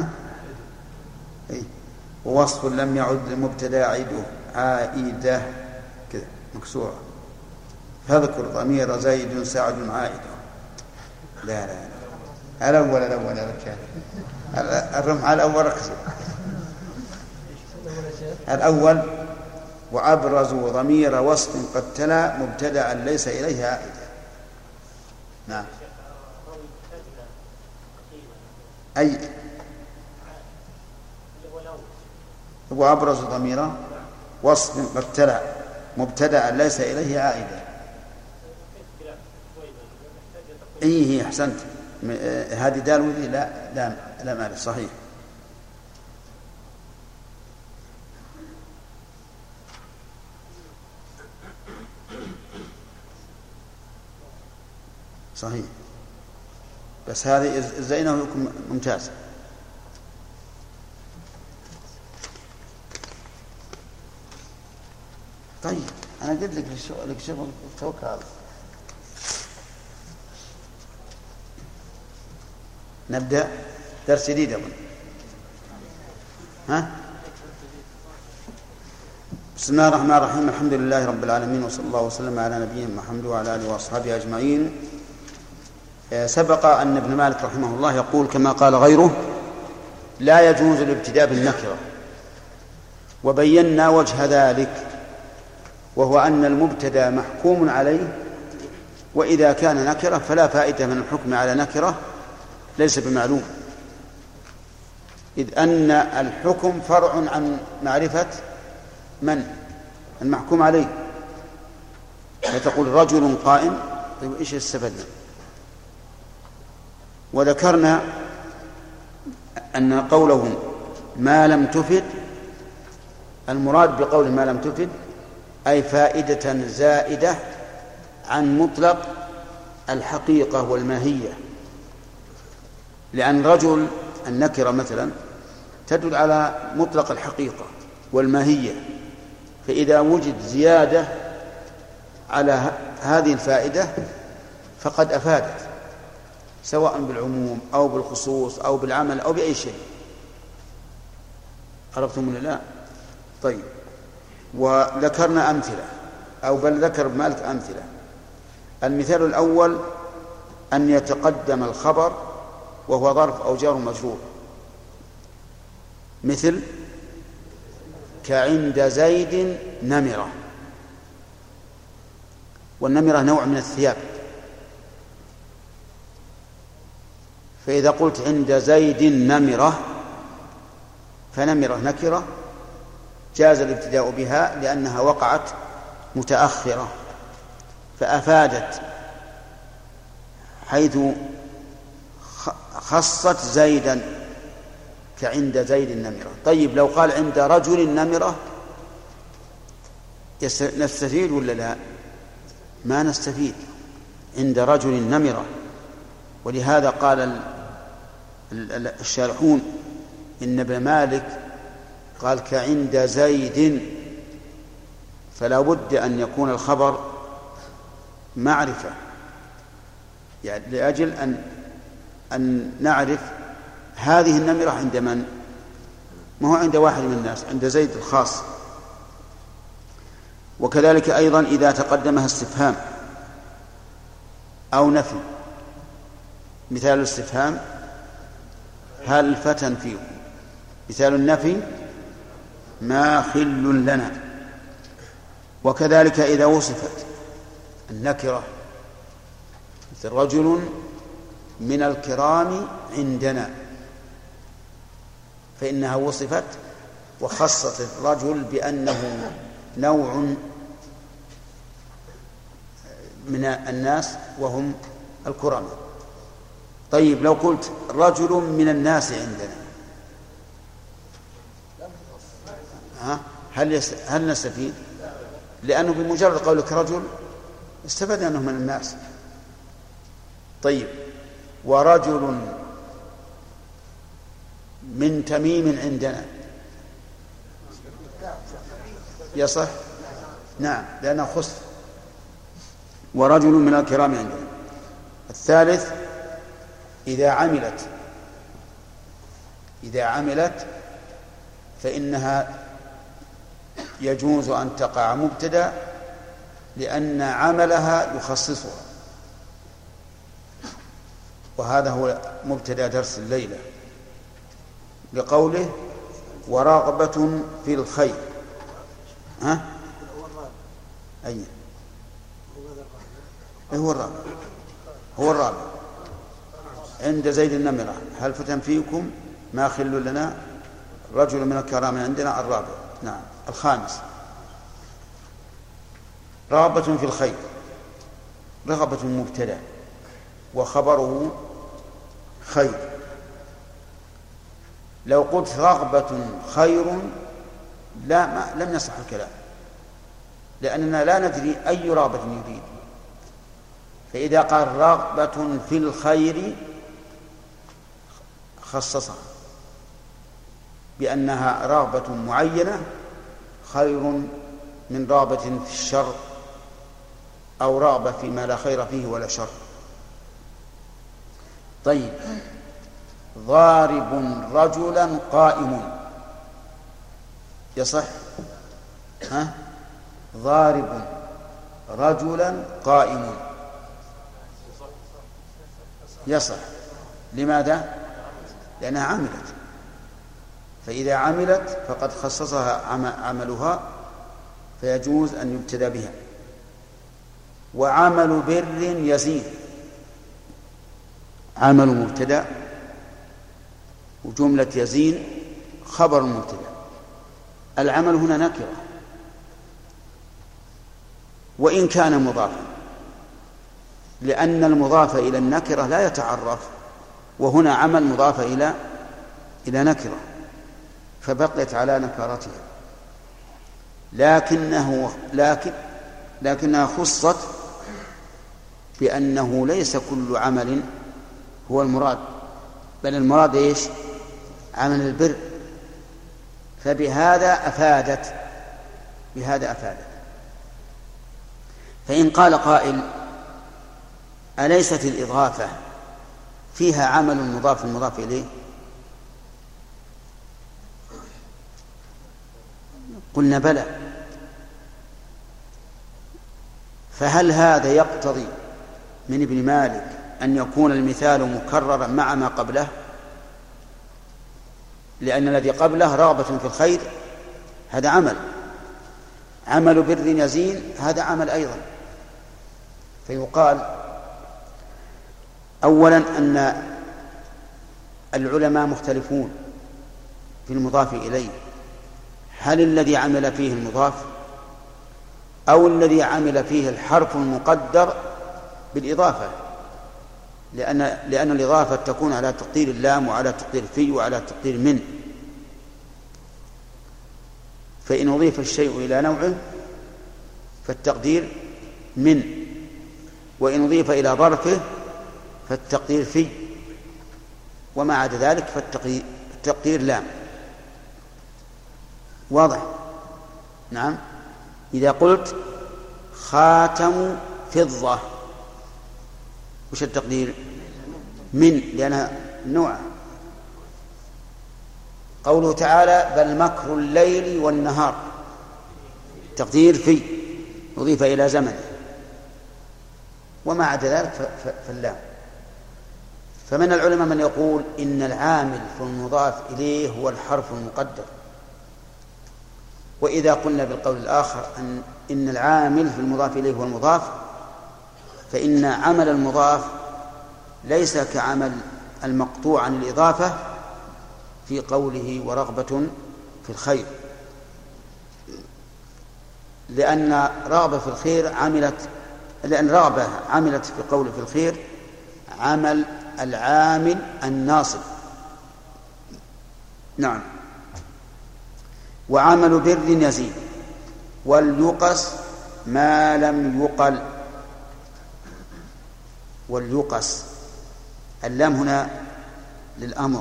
ووصف لم يعد للمبتدأ عائدة كذا مكسورة. فاذكر ضمير زيد سعد عائدة. لا الأول الرمح على الأول ركزوا. الأول وأبرزوا ضمير وصف قد تلا مبتدأ ليس إليه عائدا. نعم، أي وأبرز ضمير وصف قد تلا مبتدأ ليس إليه عائدا. هي أحسنت، هذه دال وذي لا مال صحيح. صحيح، بس هذه زينه لكم ممتاز. طيب أنا قلت لك شغل توكل على الله. نبدأ درس جديد أظن. بسم الله الرحمن الرحيم. الحمد لله رب العالمين، وصلى الله وسلم على نبينا محمد وعلى آله وأصحابه أجمعين. سبق أن ابن مالك رحمه الله يقول كما قال غيره لا يجوز الابتداء بالنكرة، وبينا وجه ذلك، وهو أن المبتدأ محكوم عليه، وإذا كان نكرة فلا فائدة من الحكم على نكرة ليس بمعلوم، إذ أن الحكم فرع عن معرفة من المحكوم عليه. فتقول رجل قائم، طيب إيش استفدنا؟ وذكرنا أن قولهم ما لم تفد، المراد بقول ما لم تفد أي فائدة زائدة عن مطلق الحقيقة والماهية، لأن رجل النكرة مثلا تدل على مطلق الحقيقة والماهية، فإذا وجد زيادة على هذه الفائدة فقد أفادت، سواء بالعموم أو بالخصوص أو بالعمل أو بأي شيء. عرفتم ولا لا؟ طيب، وذكرنا أمثلة، أو بل ذكر مالك أمثلة. المثال الأول أن يتقدم الخبر وهو ظرف أو جار مجرور، مثل كعند زيد نمرة، والنمرة نوع من الثياب، فإذا قلت عند زيد نمرة فنمرة نكرة جاز الابتداء بها لأنها وقعت متأخرة فأفادت، حيث خصت زيدا كعند زيد النمرة. طيب لو قال عند رجل النمرة نستفيد ولا لا؟ ما نستفيد، عند رجل النمرة. ولهذا قال الشارحون إن ابن مالك قال كعند زيد، فلا بد أن يكون الخبر معرفة، يعني لأجل أن نعرف هذه النمرة عند من؟ ما هو عند واحد من الناس، عند زيد الخاص. وكذلك أيضا إذا تقدمها استفهام أو نفي. مثال الاستفهام هل فتى فيكم، مثال النفي ما خل لنا. وكذلك إذا وصفت النكرة مثل رجل من الكرام عندنا، فإنها وصفت وخصت الرجل بأنه نوع من الناس وهم الكرماء. طيب لو قلت رجل من الناس عندنا، هل نستفيد؟ لأنه بمجرد قولك رجل استفاد أنه من الناس. طيب ورجل من تميم عندنا يصح؟ نعم، لأنه خص. ورجل من الكرام عندنا. الثالث إذا عملت فإنها يجوز أن تقع مبتدأ لأن عملها يخصصها، وهذا هو مبتدأ درس الليلة لقوله ورغبة في الخير. أي هو الرابع عند زيد النمرة هل فتن فيكم ما خل لنا، رجل من الكرام عندنا الرابع. نعم. الخامس رغبة في الخير، رغبة مبتدأ وخبره خير. لو قلت رغبة خير لم يصح الكلام، لأننا لا ندري أي رغبة يريد. فإذا قال رغبة في الخير خصصها بأنها رغبة معينة خير من رغبة في الشر أو رغبة فيما لا خير فيه ولا شر. طيب ضارب رجلا قائم يصح؟ ضارب رجلا قائم يصح. لماذا؟ لأنها عملت، فإذا عملت فقد خصصها عملها فيجوز أن يبتدى بها. وعمل بر يزيد، عمل مبتدأ وجملة يزين خبر مبتدأ. العمل هنا نكرة وإن كان مضافا، لأن المضاف إلى النكرة لا يتعرف، وهنا عمل مضاف إلى نكرة فبقيت على نكرتها، لكنها خصت بأنه ليس كل عمل هو المراد، بل المراد إيش؟ عمل البر. فبهذا أفادت. فإن قال قائل أليست الإضافة فيها عمل مضاف إليه؟ قلنا بلى. فهل هذا يقتضي من ابن مالك أن يكون المثال مكررا مع ما قبله؟ لأن الذي قبله رغبة في الخير هذا عمل بر يزين هذا عمل أيضا. فيقال أولا أن العلماء مختلفون في المضاف إليه، هل الذي عمل فيه المضاف أو الذي عمل فيه الحرف المقدر بالإضافة، لأن الإضافة تكون على تقدير اللام وعلى تقدير في وعلى تقدير من. فإن أضيف الشيء إلى نوعه فالتقدير من، وإن أضيف إلى ظرفه فالتقدير في، وما عدا ذلك فالتقدير لام. واضح؟ نعم. إذا قلت خاتم فضة وش التقدير؟ من، لأنها نوع. قوله تعالى بل مكر الليل والنهار، تقدير في يضيف إلى زمن، وما عدا ذلك فاللام. فمن العلماء من يقول إن العامل في المضاف إليه هو الحرف المقدر، وإذا قلنا بالقول الآخر إن العامل في المضاف إليه هو المضاف، فإن عمل المضاف ليس كعمل المقطوع عن الإضافة في قوله ورغبة في الخير، لأن رغبة في الخير لأن رغبة عملت في قوله في الخير عمل العامل الناصب. نعم. وعمل بر يزيد وليقص ما لم يقل. وليقص، اللام هنا للأمر،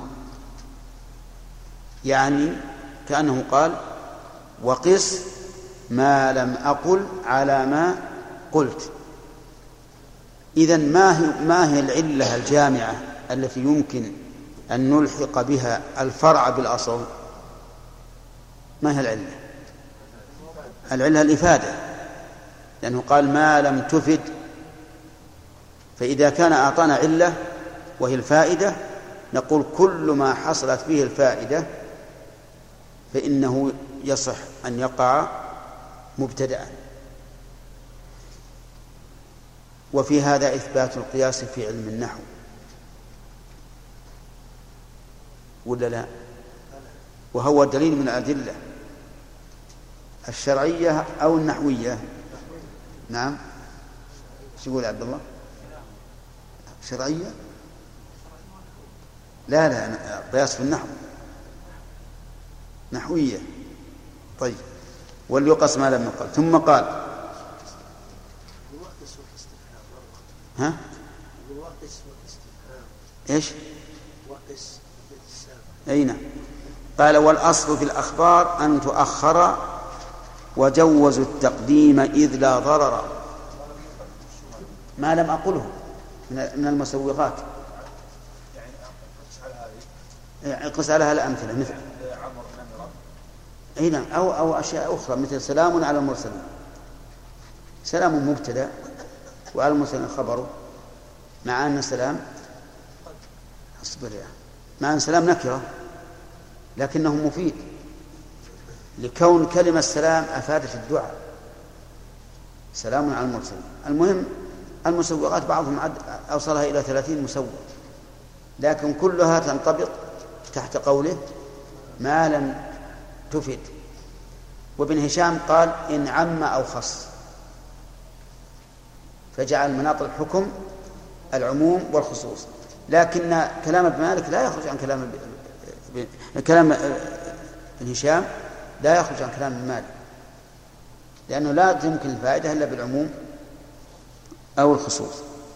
يعني كأنه قال وقس ما لم أقل على ما قلت. إذن ما هي العلة الجامعة التي يمكن أن نلحق بها الفرع بالأصل؟ ما هي العلة؟ العلة الإفادة، لأنه قال ما لم تفد، فإذا كان أعطانا علة وهي الفائدة نقول كل ما حصلت فيه الفائدة فإنه يصح أن يقع مبتدأ. وفي هذا إثبات القياس في علم النحو، ولا لا؟ وهو دليل من الأدلة الشرعية أو النحوية. نعم، شو يقول عبد الله؟ شرعية؟ لا قياس في النحو نحوية. طيب، وليقص ما لم يقل. ثم قال ها؟ ايش؟ أين؟ قال والأصل في الأخبار أن تؤخر وجوزوا التقديم إذ لا ضرر. ما لم أقله من المسوغات، يعني قس على الأمثلة مثل أين أو أشياء أخرى مثل سلام على المرسلين. سلام مبتدأ وعلى المرسلين خبره، مع أن سلام مع أن سلام نكرة لكنه مفيد لكون كلمة سلام أفادت الدعاء. سلام على المرسلين. المهم المسوغات بعضهم أوصلها إلى 30 مسوغ، لكن كلها تنطبق تحت قوله ما لم تفد. وابن هشام قال إن عم أو خص، فجعل مناط الحكم العموم والخصوص. لكن كلام ابن مالك لا يخرج عن كلام ابن هشام لا يخرج عن كلام ابن مالك، لأنه لا تمكن الفائدة إلا بالعموم أو الخصوص.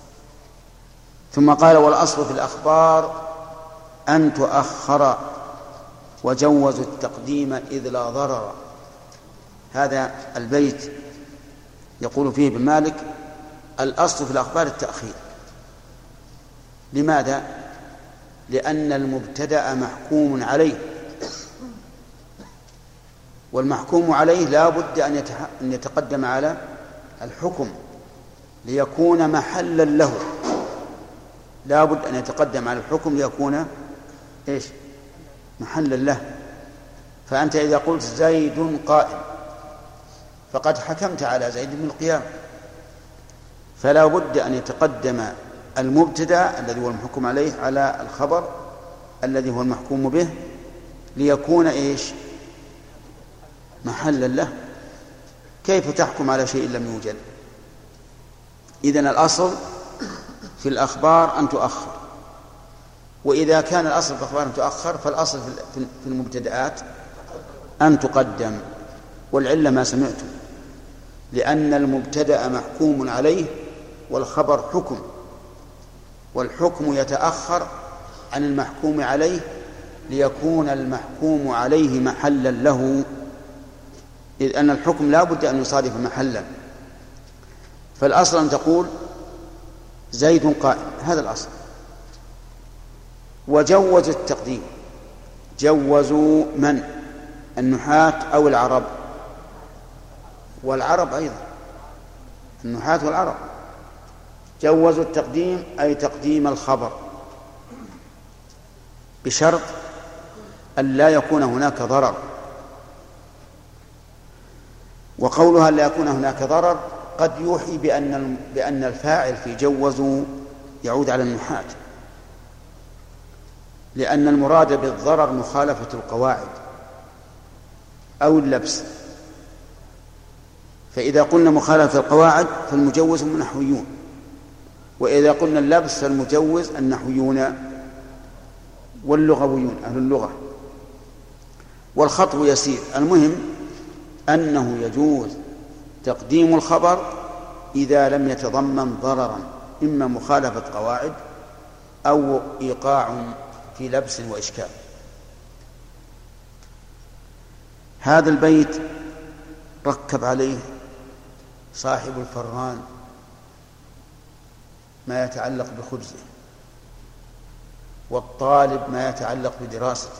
ثم قال والأصل في الأخبار أن تؤخر وجوزوا التقديم إذ لا ضرر. هذا البيت يقول فيه ابن مالك الأصل في الأخبار التأخير. لماذا؟ لأن المبتدأ محكوم عليه، والمحكوم عليه لا بد أن يتقدم على الحكم ليكون محلا له. لا بد أن يتقدم على الحكم ليكون إيش؟ محلا له. فأنت إذا قلت زيد قائم فقد حكمت على زيد بالقيام، فلا بد أن يتقدم المبتدأ الذي هو المحكوم عليه على الخبر الذي هو المحكوم به ليكون إيش؟ محلا له. كيف تحكم على شيء لم يوجد؟ إذن الأصل في الأخبار أن تؤخر، وإذا كان الأصل في الأخبار أن تؤخر فالأصل في المبتدآت أن تقدم. والعلة ما سمعتم، لأن المبتدأ محكوم عليه والخبر حكم، والحكم يتأخر عن المحكوم عليه ليكون المحكوم عليه محلا له، إذ أن الحكم لا بد أن يصادف محلا. فالأصل أن تقول زيد قائم، هذا الأصل. وجوز التقديم. جوزوا من؟ النحاة أو العرب؟ والعرب أيضا، النحاة والعرب جوزوا التقديم، أي تقديم الخبر، بشرط أن لا يكون هناك ضرر. وقولها لا يكون هناك ضرر قد يوحي بأن الفاعل في جوزوا يعود على النحاة، لأن المراد بالضرر مخالفة القواعد أو اللبس. فإذا قلنا مخالفة القواعد فالمجوز هم النحويون، وإذا قلنا اللبس فالمجوز النحويون واللغويون أهل اللغة. والخطب يسير. المهم أنه يجوز تقديم الخبر إذا لم يتضمن ضررا، إما مخالفة قواعد أو إيقاع في لبس وإشكال. هذا البيت ركب عليه صاحب الفران ما يتعلق بخبزه، والطالب ما يتعلق بدراسته.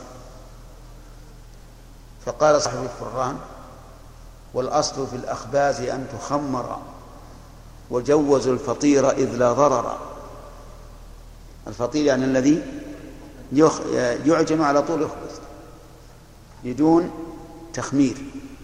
فقال صاحب الفران: والأصل في الأخباز أن تخمر، وجوزوا الفطير إذ لا ضرر. الفطير يعني الذي يعجن على طول الخبز بدون تخمير.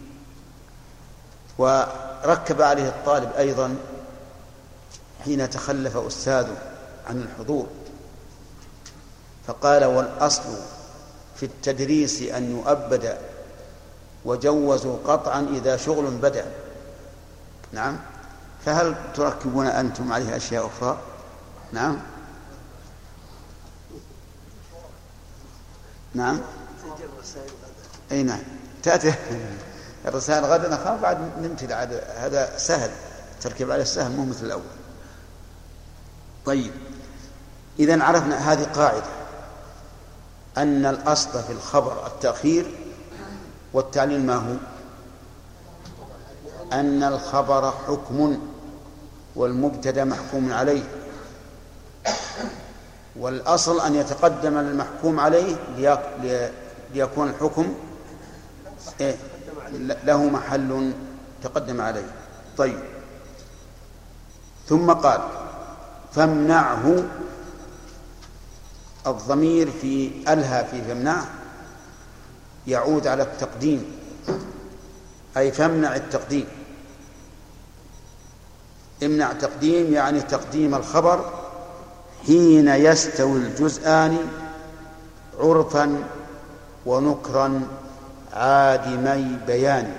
وركب عليه الطالب أيضا حين تخلف أستاذه عن الحضور، فقال: والأصل في التدريس أن يؤبد، وجوزوا قطعا إذا شغل بدأ. نعم. فهل تركبون أنتم عليه أشياء أخرى؟ نعم. نعم. أي نعم، تأتي الرسائل غدا نخاف بعد نمتد. هذا سهل، تركب عليه السهل مو مثل الأول. طيب، إذن عرفنا هذه قاعدة، أن الأصل في الخبر التأخير، والتعليل ما هو؟ أن الخبر حكم والمبتدأ محكوم عليه، والأصل أن يتقدم المحكوم عليه ليكون الحكم له محل تقدم عليه. طيب، ثم قال: فامنعه. الضمير في ألها في فامنعه يعود على التقديم، أي فامنع التقديم. امنع تقديم يعني تقديم الخبر حين يستوي الجزءان عرفا ونكرا عادمي بيان.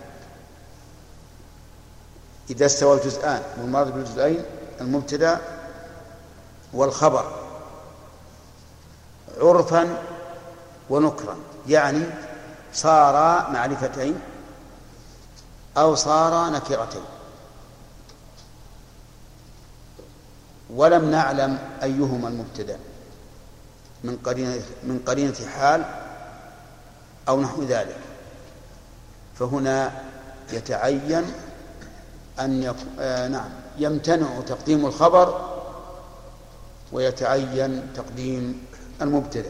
إذا استوى الجزءان، والمراد بالجزئين المبتدأ والخبر، عرفا ونكرا، يعني صارا معرفتين أو صارا نكرتين، ولم نعلم أيهما المبتدأ من قرينة حال أو نحو ذلك. فهنا يتعين أن يمتنع تقديم الخبر ويتعين تقديم المبتدأ.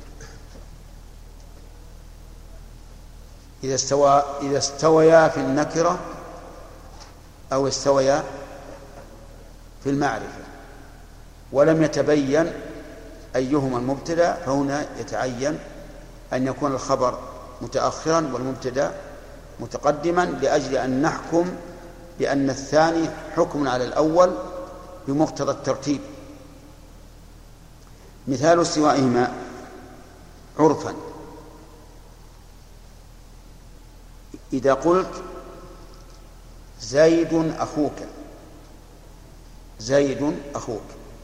إذا استويا في النكرة أو استويا في المعرفة ولم يتبين أيهما المبتدأ، فهنا يتعين أن يكون الخبر متأخرا والمبتدأ متقدما، لأجل أن نحكم بأن الثاني حكم على الأول بمقتضى الترتيب. مثال استوائهما عرفا: إذا قلت زيد أخوك، زيد أخوك،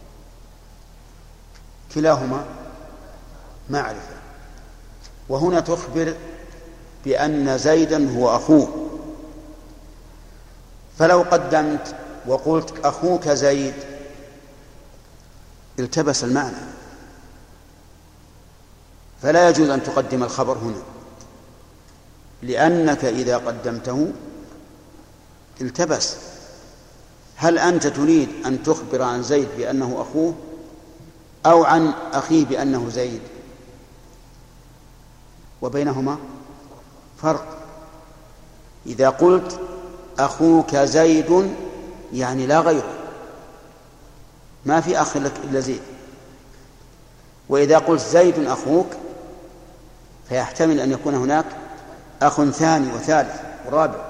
كلاهما معرفة، وهنا تخبر بأن زيدا هو أخوه. فلو قدمت وقلت أخوك زيد التبس المعنى، فلا يجوز أن تقدم الخبر هنا، لأنك إذا قدمته التبس. هل أنت تريد أن تخبر عن زيد بأنه أخوه أو عن أخيه بأنه زيد؟ وبينهما فرق. إذا قلت أخوك زيد يعني لا غيره، ما في أخ لك إلا زيد. وإذا قلت زيد أخوك فيحتمل أن يكون هناك أخ ثاني وثالث ورابع،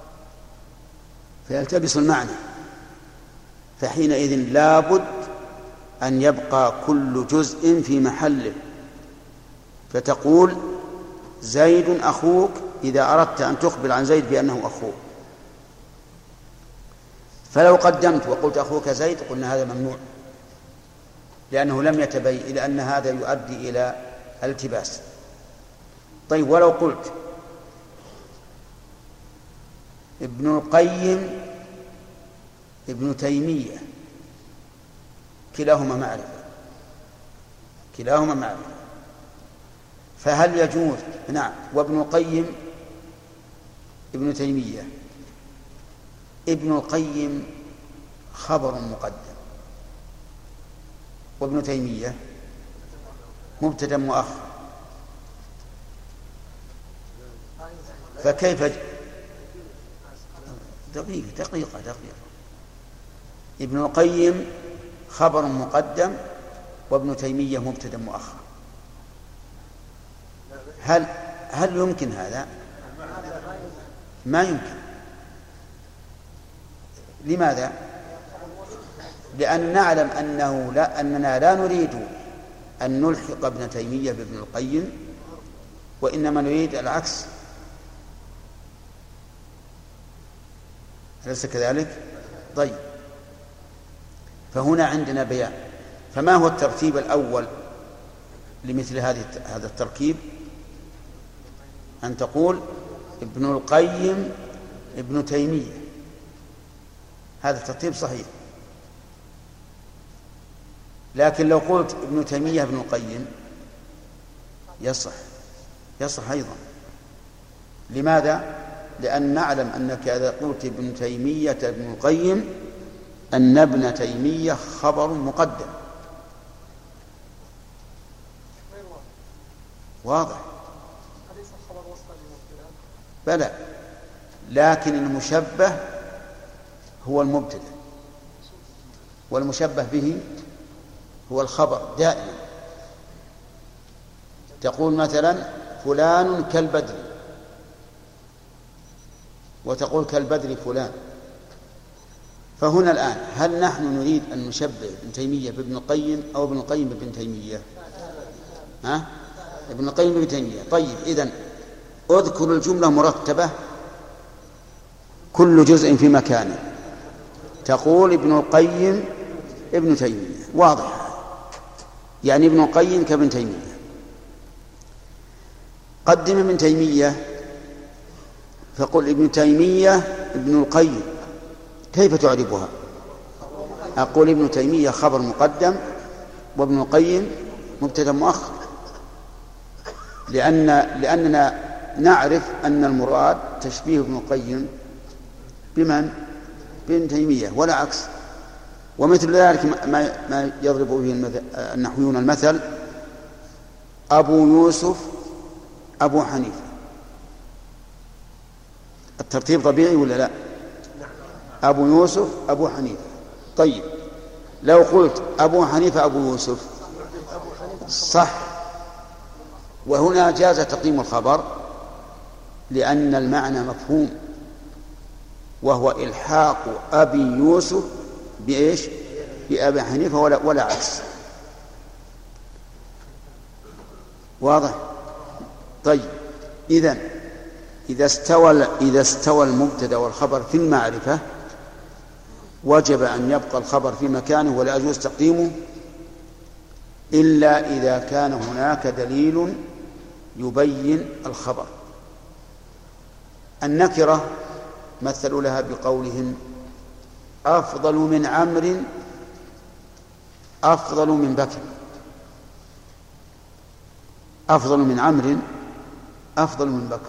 فيلتبس المعنى. فحينئذ لابد أن يبقى كل جزء في محله، فتقول زيد أخوك إذا أردت أن تخبر عن زيد بأنه أخوك. فلو قدمت وقلت أخوك زيد قلنا هذا ممنوع، لأنه لم يتبين، لأن هذا يؤدي إلى التباس. طيب ولو قلت ابن القيم ابن تيمية كلاهما معرفة، فهل يجوز؟ نعم. وابن القيم ابن تيمية، ابن القيم خبر مقدم، وابن تيمية مبتدأ مؤخر، فكيف دقيقة ابن القيم خبر مقدم وابن تيمية مبتدأ مؤخر، هل يمكن هذا؟ ما يمكن. لماذا؟ لأن نعلم أننا لا نريد أن نلحق ابن تيمية بابن القيم، وإنما نريد العكس، أليس كذلك؟ طيب، فهنا عندنا بيان. فما هو الترتيب الأول لمثل هذا التركيب؟ أن تقول ابن القيم ابن تيمية، هذا الترتيب صحيح. لكن لو قلت ابن تيمية ابن القيم يصح أيضا. لماذا؟ لأن نعلم أنك إذا قلت ابن تيمية ابن القيم أن ابن تيمية خبر مقدم. واضح؟ بلى، لكن المشبه هو المبتدأ، والمشبه به هو الخبر دائما. تقول مثلا فلان كالبدر، وتقول كالبدر فلان. فهنا الآن هل نحن نريد أن نشبه ابن تيمية بابن القيم أو ابن القيم بابن تيمية؟ ابن القيم بابن تيمية. طيب، إذن اذكر الجملة مرتبة كل جزء في مكانه. تقول ابن القيم ابن تيمية، واضح، يعني ابن القيم كابن تيمية. قدم ابن تيمية فقل ابن تيمية ابن القيم، كيف تعرفها؟ أقول ابن تيمية خبر مقدم وابن القيم مبتدأ مؤخر، لأننا نعرف أن المراد تشبيه ابن القيم بمن؟ بابن تيمية، ولا عكس. ومثل ذلك ما يضرب به النحويون المثل: أبو يوسف أبو حنيفة. الترتيب طبيعي ولا لا؟ أبو يوسف أبو حنيفة. طيب، لو قلت أبو حنيفة أبو يوسف صح، وهنا جاز تقديم الخبر لأن المعنى مفهوم، وهو إلحاق أبي يوسف بإيش؟ بأبي حنيفة، ولا عكس. واضح؟ طيب، إذا استوى المبتدأ والخبر في المعرفة وجب أن يبقى الخبر في مكانه ولا يجوز تقديمه إلا إذا كان هناك دليل يبين الخبر. النكرة مثلوا لها بقولهم: أفضل من عمرو أفضل من بكر. أفضل من عمرو أفضل من بكر.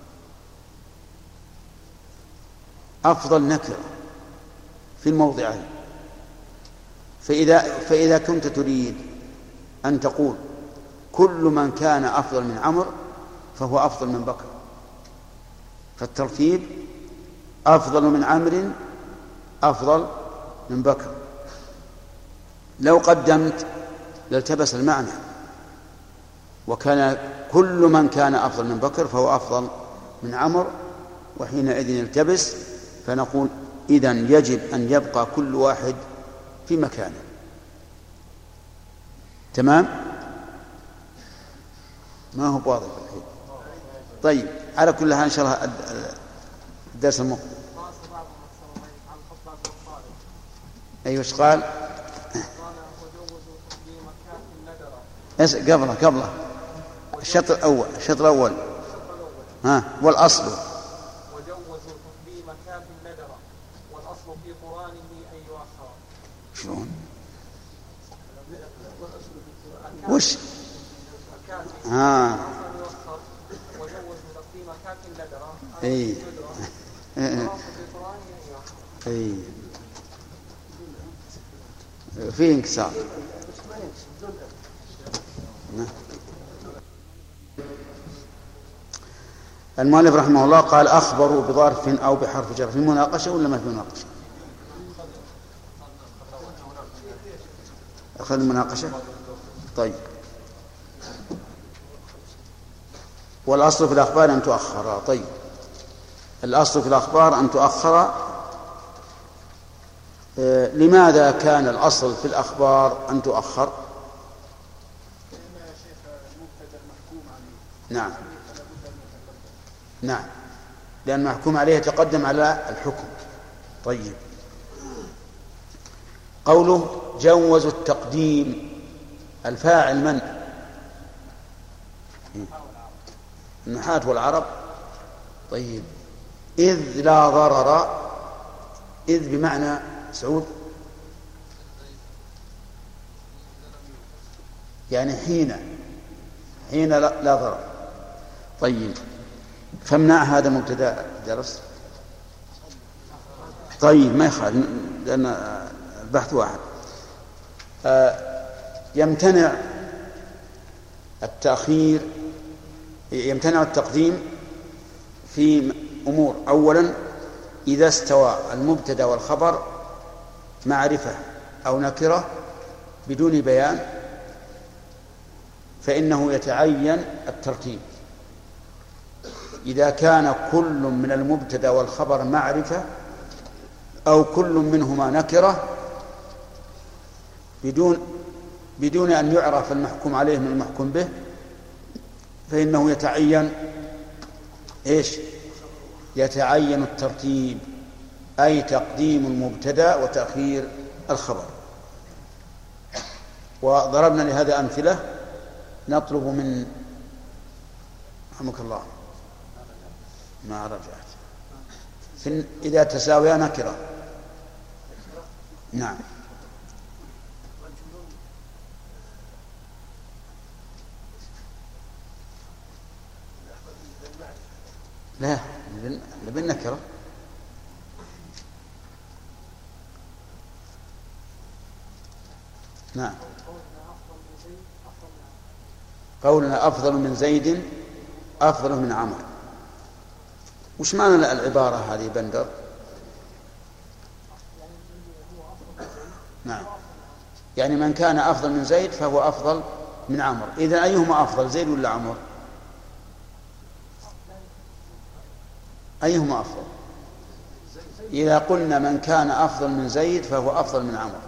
أفضل نكرة في الموضعين. فإذا كنت تريد أن تقول كل من كان أفضل من عمرو فهو أفضل من بكر. فالترتيب أفضل من عمرو أفضل من بكر. لو قدمت لالتبس المعنى، وكان كل من كان أفضل من بكر فهو أفضل من عمرو، وحينئذ يلتبس، فنقول إذن يجب أن يبقى كل واحد في مكانه. تمام؟ ما هو واضح الحين. طيب، على كل حال إن شاء الله الدرس المقبل. أيوة، ايش قال؟ قبله الشطر الأول والأصل وجوزوا تقديم كاف الندرة والأصل في قرانه أن يؤخر. شلون؟ وش؟ وجوزوا تقديم كاف الندرة اي في انكسار. المؤلف رحمه الله قال أخبروا بظرف أو بحرف جر. في مناقشة ولا ما في مناقشة؟ أخذ المناقشة. طيب، والأصل في الأخبار أن تؤخر. طيب، الأصل في الأخبار أن تؤخر. لماذا كان الأصل في الأخبار أن تؤخر؟ نعم، لأن محكوم عليه يتقدم على الحكم. طيب، قوله جوزوا التقديم، الفاعل من؟ النحاة والعرب. طيب، إذ لا ضرر، إذ بمعنى سعود يعني حين لا ضرر. طيب، فامنع هذا مبتدأ درس. طيب، ما يخالف لأن البحث واحد. يمتنع التقديم في أمور. أولا، إذا استوى المبتدأ والخبر معرفة أو نكرة بدون بيان فإنه يتعين الترتيب. إذا كان كل من المبتدأ والخبر معرفة أو كل منهما نكرة بدون أن يعرف المحكوم عليه من المحكوم به، فإنه يتعين يتعين الترتيب، أي تقديم المبتدأ وتأخير الخبر. وضربنا لهذا أمثلة. نطلب من رحمك الله ما رجعت إذا تساويا نكرة. نعم، لا بالنكرة. نعم، قولنا أفضل من زيد أفضل من عمرو. وش معنى العبارة هذه بندر؟ نعم، يعني من كان أفضل من زيد فهو أفضل من عمرو. إذن أيهما أفضل، زيد ولا عمرو؟ أيهما أفضل؟ إذا قلنا من كان أفضل من زيد فهو أفضل من عمرو،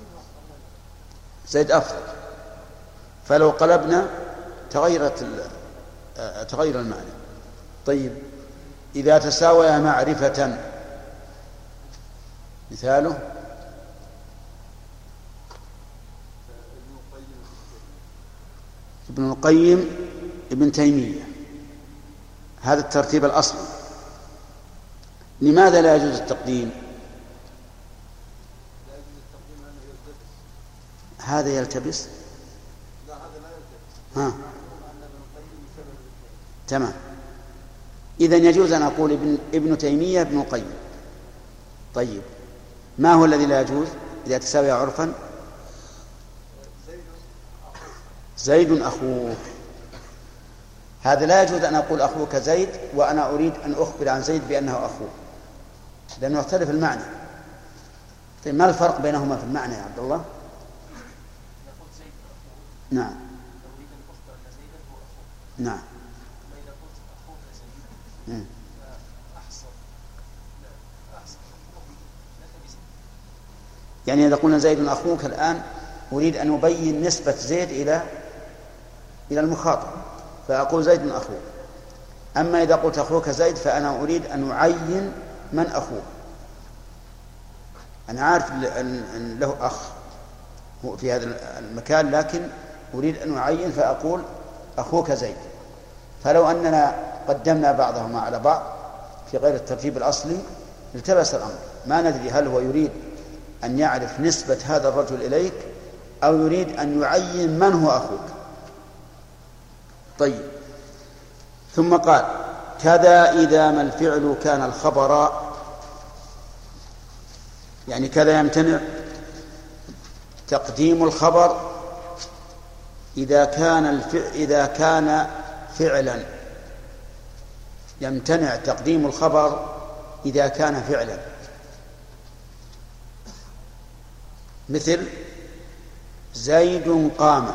زيد أفضل. فلو قلبنا تغير المعنى. طيب، إذا تساويا معرفة مثاله ابن القيم ابن تيمية، هذا الترتيب الأصلي. لماذا لا يجوز التقديم؟ هذا يلتبس. تمام. إذن يجوز أن أقول ابن تيمية ابن القيم. طيب، ما هو الذي لا يجوز إذا تساوي عرفا؟ زيد أخوه. هذا لا يجوز أن أقول أخوك زيد وأنا أريد أن أخبر عن زيد بأنه أخوه، لأنه يختلف المعنى. طيب ما الفرق بينهما في المعنى يا عبد الله؟ نعم نعم. يعني إذا قلنا زيد أخوك الآن أريد أن أبين نسبة زيد إلى المخاطب فأقول زيد أخوك. أما إذا قلت أخوك زيد فأنا أريد أن أعين من أخوه. أنا عارف أن له أخ في هذا المكان لكن أريد أن أعين فأقول أخوك زيد. فلو أننا قدمنا بعضهما على بعض في غير الترتيب الأصلي التبس الأمر، ما ندري هل هو يريد أن يعرف نسبة هذا الرجل إليك أو يريد أن يعين من هو أخوك. طيب، ثم قال كذا إذا ما الفعل كان الخبر، يعني كذا يمتنع تقديم الخبر إذا كان فعلا، يمتنع تقديم الخبر إذا كان فعلا. مثل زيد قام،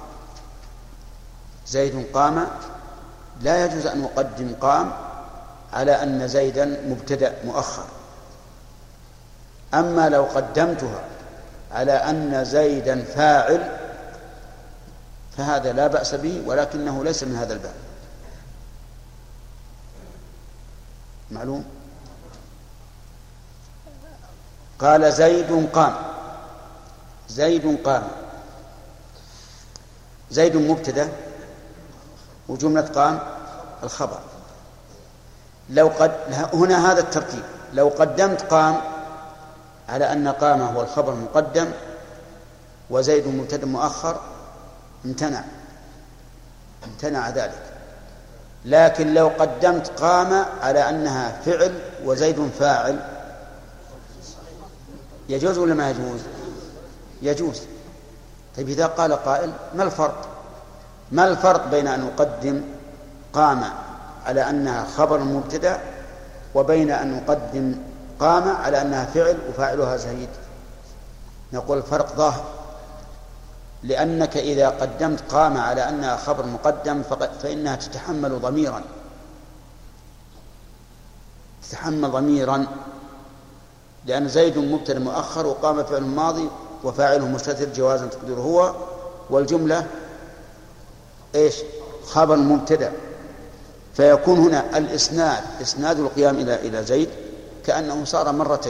زيد قام لا يجوز أن أقدم قام على أن زيدا مبتدأ مؤخر. أما لو قدمتها على أن زيدا فاعل فهذا لا بأس به، ولكنه ليس من هذا الباب. معلوم؟ قال زيد قام، زيد قام، زيد مبتدأ وجملة قام الخبر. هنا هذا الترتيب، لو قدمت قام على أن قام هو الخبر مقدم وزيد مبتدأ مؤخر امتنع ذلك. لكن لو قدمت قام على أنها فعل وزيد فاعل يجوز ولا ما يجوز؟ يجوز. طيب إذا قال قائل ما الفرق بين أن أقدم قام على أنها خبر مبتدأ وبين أن أقدم قام على أنها فعل وفاعلها زيد؟ نقول الفرق ظاهر، لأنك إذا قدمت قام على أنها خبر مقدم فإنها تتحمل ضميرا، لأن زيد مبتدأ مؤخر وقام فعل ماضي وفاعله مستتر جوازا تقديره هو، والجملة إيش؟ خبر مبتدأ. فيكون هنا إسناد القيام إلى زيد كأنه صار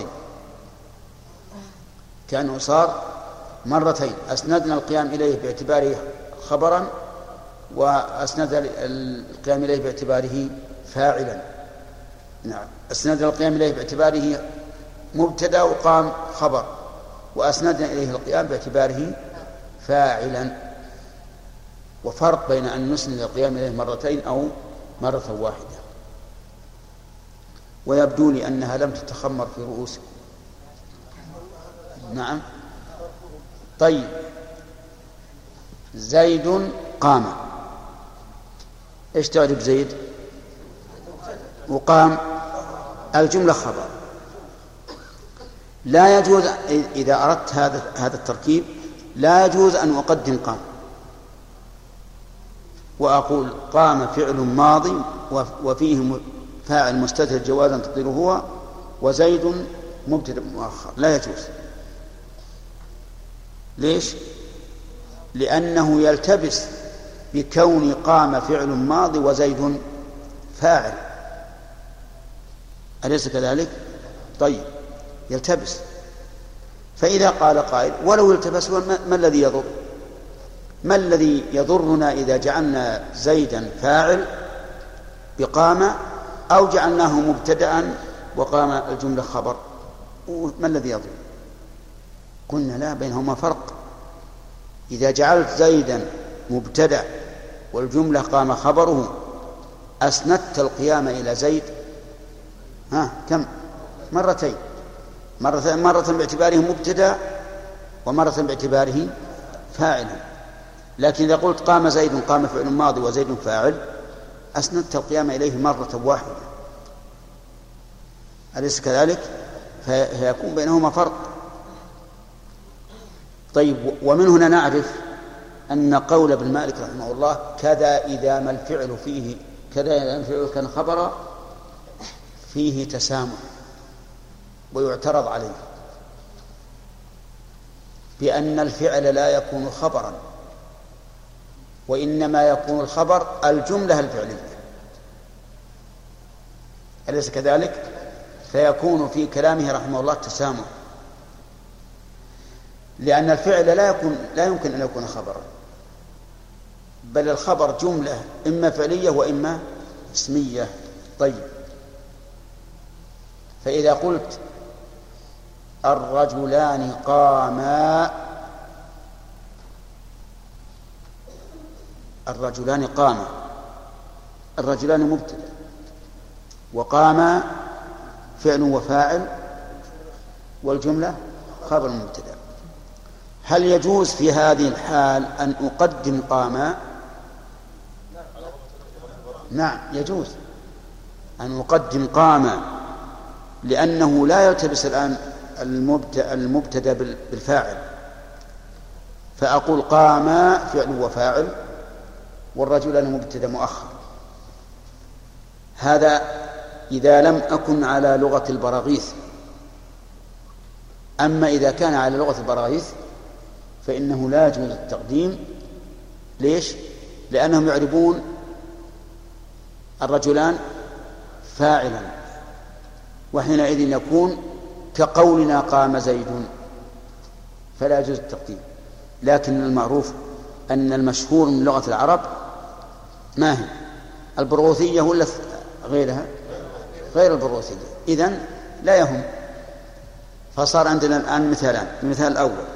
مرتين، أسندنا القيام إليه باعتباره خبرا وأسند القيام إليه باعتباره فاعلا. نعم، أسندنا القيام إليه باعتباره مبتدأ وقام خبر، وأسندنا إليه القيام باعتباره فاعلا. وفرق بين أن نسند القيام إليه مرتين أو مرة واحدة. ويبدو لي أنها لم تتخمر في رؤوسكم. نعم. طيب، زيد قام، إيش تعرف زيد؟ وقام الجملة خبر. لا يجوز إذا أردت هذا التركيب لا يجوز أن أقدم قام وأقول قام فعل ماضي وفيه فاعل مستتر جوازا تقديره هو وزيد مبتدأ مؤخر، لا يجوز. ليش؟ لأنه يلتبس بكون قام فعل ماضي وزيد فاعل، أليس كذلك؟ طيب، يلتبس. فإذا قال قائل ولو التبس ما الذي يضر؟ ما الذي يضرنا إذا جعلنا زيدا فاعل بقام أو جعلناه مبتدأ وقام الجملة خبر؟ ما الذي يضر؟ قلنا لا، بينهما فرق. إذا جعلت زيدا مبتدأ والجملة قام خبره أسندت القيام إلى زيد كم؟ مرتين، مرة باعتباره مبتدأ ومرة باعتباره فاعل. لكن إذا قلت قام زيد قام فعل ماضي وزيد فاعل أسندت القيام إليه مرة واحدة، أليس كذلك؟ فيكون بينهما فرق. طيب، ومن هنا نعرف أن قول ابن مالك رحمه الله كذا إذا ما الفعل فيه، كذا إذا الفعل كان خبرا فيه تسامح ويعترض عليه، بأن الفعل لا يكون خبرا، وإنما يكون الخبر الجملة الفعلية، أليس كذلك؟ فيكون في كلامه رحمه الله تسامح، لأن الفعل لا يمكن أن يكون خبرا، بل الخبر جملة إما فعلية وإما اسمية. طيب، فإذا قلت الرجلان قاما، الرجلان مبتدأ، وقاما فعل وفاعل، والجملة خبر مبتدأ. هل يجوز في هذه الحال أن أقدم قاما؟ نعم، يجوز أن أقدم قاما، لأنه لا يلتبس الآن المبتدأ بالفاعل، فأقول قاما فعل وفاعل، والرجلان مبتدأ مؤخر. هذا إذا لم أكن على لغة البراغيث. أما إذا كان على لغة البراغيث فإنه لا يجوز التقديم. ليش؟ لأنهم يعربون الرجلان فاعلا، وحينئذ يكون كقولنا قام زيد، فلا يجوز التقديم. لكن المعروف أن المشهور من لغة العرب ما هي؟ البرغوثية ولا غيرها؟ غير البرغوثية. إذن لا يهم. فصار عندنا الآن مثالان. المثال الأول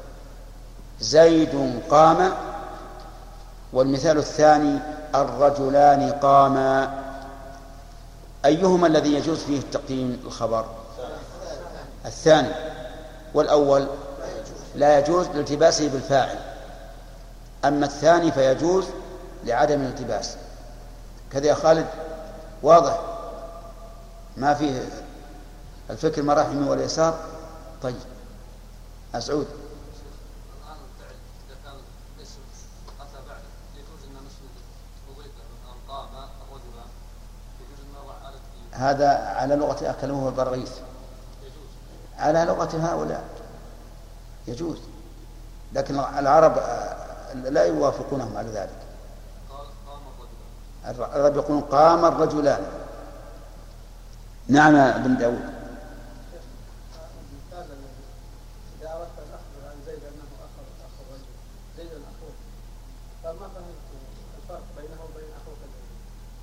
زيد قام، والمثال الثاني الرجلان قاما. أيهما الذي يجوز فيه التقديم الخبر؟ الثاني. والأول لا يجوز لالتباسه بالفاعل، أما الثاني فيجوز لعدم الالتباس. كذا يا خالد؟ واضح؟ ما فيه الفكر ما راح يمين ولا يسار. طيب، أسعود. هذا على لغة أكلوه البراغيث، على لغة هؤلاء يجوز، لكن العرب لا يوافقونهم على ذلك. العرب يقولون قام الرجلان. نعم يا ابن داود. إذا أردت أن أخبر عن زيد أنه أخ الرجل، زيد أخوه، فما فهمت الفرق بينه وبين أخوه زيد؟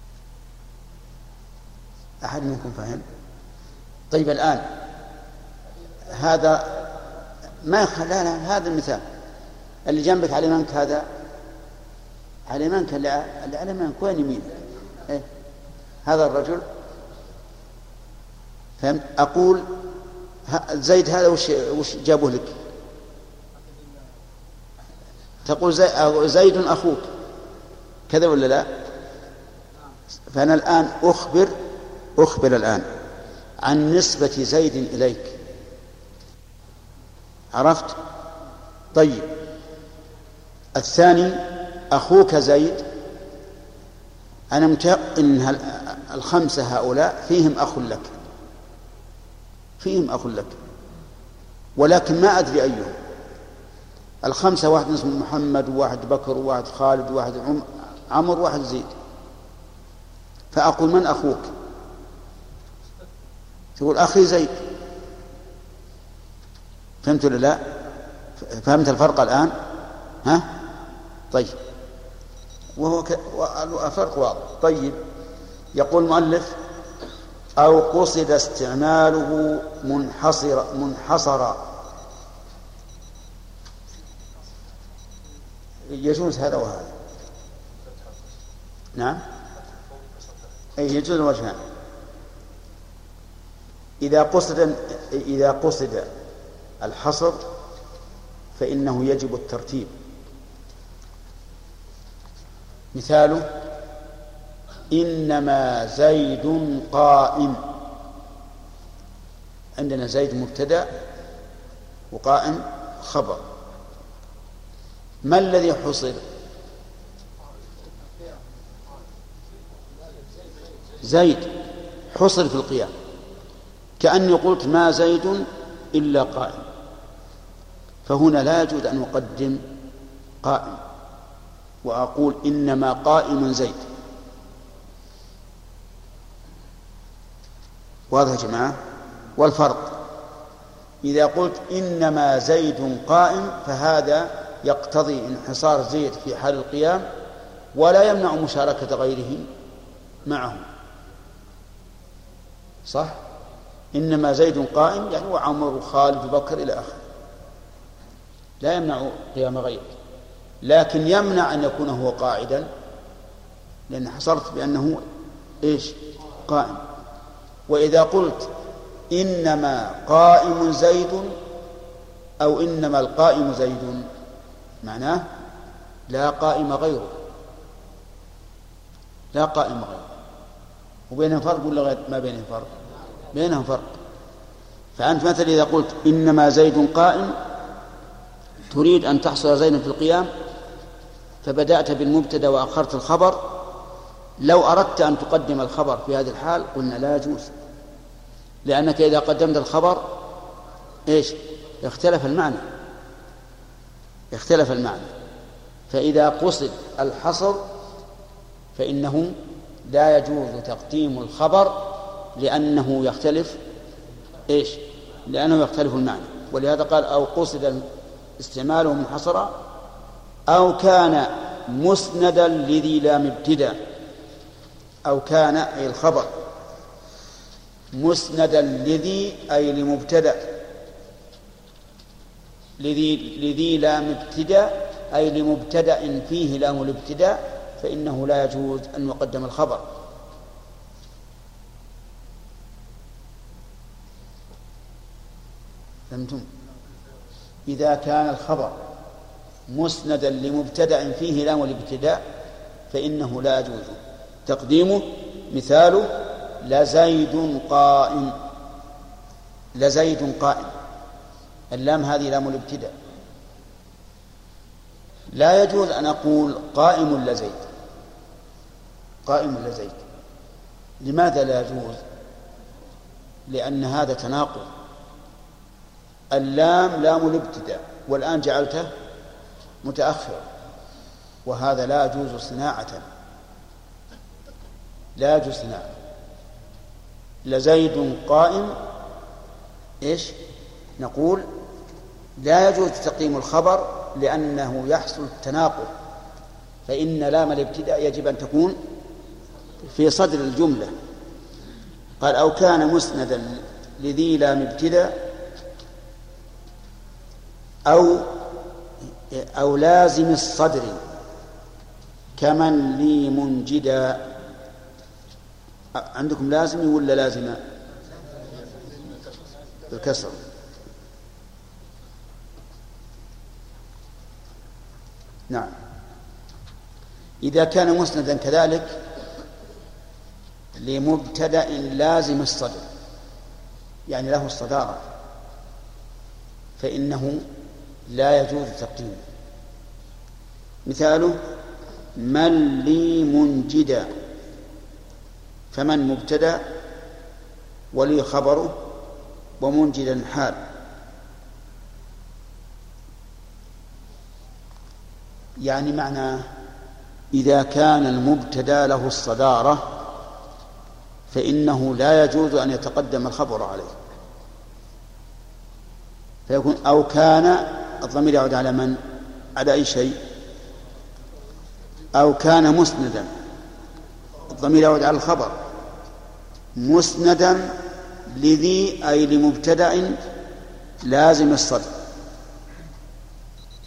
أحد منكم فهم؟ طيب، الآن هذا ما لا هذا المثال اللي جنبك على يمينك، هذا على يمينك، اللي على يمينك وين يمين؟ إيه؟ هذا الرجل. فهمت؟ أقول زيد هذا وش جابه لك؟ تقول زيد أخوك، كذا ولا لا؟ فأنا الآن أخبر الآن عن نسبة زيد إليك. عرفت؟ طيب، الثاني أخوك زيد، أنا متيقن أن الخمسة هؤلاء فيهم أخ لك، ولكن ما أدري أيهم. الخمسة واحد اسمه محمد، وواحد بكر، وواحد خالد، وواحد عمر، وواحد زيد. فأقول من أخوك؟ تقول أخي زيد. فهمت ولا لا؟ فهمت الفرق الآن؟ ها؟ طيب، وهو الفرق واضح. طيب، يقول المؤلف أو قصد استعماله منحصرا. يجوز هذا وهذا. نعم، أي يجوز وجهان. إذا قصد الحصر فإنه يجب الترتيب. مثاله إنما زيد قائم. عندنا زيد مبتدأ وقائم خبر. ما الذي حصل؟ زيد حصل في القيام، كأني قلت ما زيد إلا قائم، فهنا لا يجوز أن أقدم قائم وأقول إنما قائم زيد. واضح يا جماعة؟ والفرق إذا قلت إنما زيد قائم فهذا يقتضي انحصار زيد في حال القيام ولا يمنع مشاركة غيره معه، صح؟ إنما زيد قائم يعني وعمر وخالد وبكر إلى آخره، لا يمنع قيام غيره، لكن يمنع أن يكون هو قاعدا، لأن حصرت بأنه إيش؟ قائم. وإذا قلت إنما قائم زيد أو إنما القائم زيد معناه لا قائم غيره، لا قائم غيره. وبينهم فرق ولا ما بينهم فرق؟ بينهم فرق. فأنت مثلا إذا قلت إنما زيد قائم تريد أن تحصل زيد في القيام فبدأت بالمبتدأ وأخرت الخبر، لو أردت أن تقدم الخبر في هذه الحال قلنا لا يجوز، لأنك إذا قدمت الخبر إيش؟ يختلف المعنى. فإذا قصد الحصر فإنه لا يجوز تقديم الخبر لأنه يختلف إيش؟ لأنه يختلف المعنى. ولهذا قال أو قصد استعماله منحصرا أو كان مسندا لذي لام ابتداء، أو كان أي الخبر مسندا لذي أي لمبتدأ، لذي لام ابتداء أي لمبتدأ فيه لام الابتداء، فإنه لا يجوز أن يقدم الخبر. فهمتم؟ إذا كان الخبر مسندا لمبتدأ فيه لام الابتداء فإنه لا يجوز تقديمه. مثاله لزيد قائم، لزيد قائم، اللام هذه لام الابتداء، لا يجوز أن أقول قائم لزيد، قائم لزيد. لماذا لا يجوز؟ لأن هذا تناقض، اللام لام الابتداء والآن جعلته متأخر، وهذا لا يجوز صناعة، لا يجوز صناعة. لزيد قائم إيش؟ نقول لا يجوز تقديم الخبر لأنه يحصل التناقض، فإن لام الابتداء يجب أن تكون في صدر الجملة. قال أو كان مسندا لذي لام ابتداء أو لازم الصدر كمن لي منجدا. عندكم لازم ولا لازمة؟ بالكسر. نعم. إذا كان مسندا كذلك لمبتدأ لازم الصدر يعني له الصدارة فإنه لا يجوز تقديمه. مثاله من لي منجدا، فمن مبتدأ ولي خبره ومنجدا حال. يعني معناه إذا كان المبتدأ له الصدارة فإنه لا يجوز أن يتقدم الخبر عليه، فيكون أو كان الضمير يعود على من؟ على أي شيء؟ أو كان مسندا الضمير يعود على الخبر، مسندا لذي أي لمبتدأ لازم الصدر.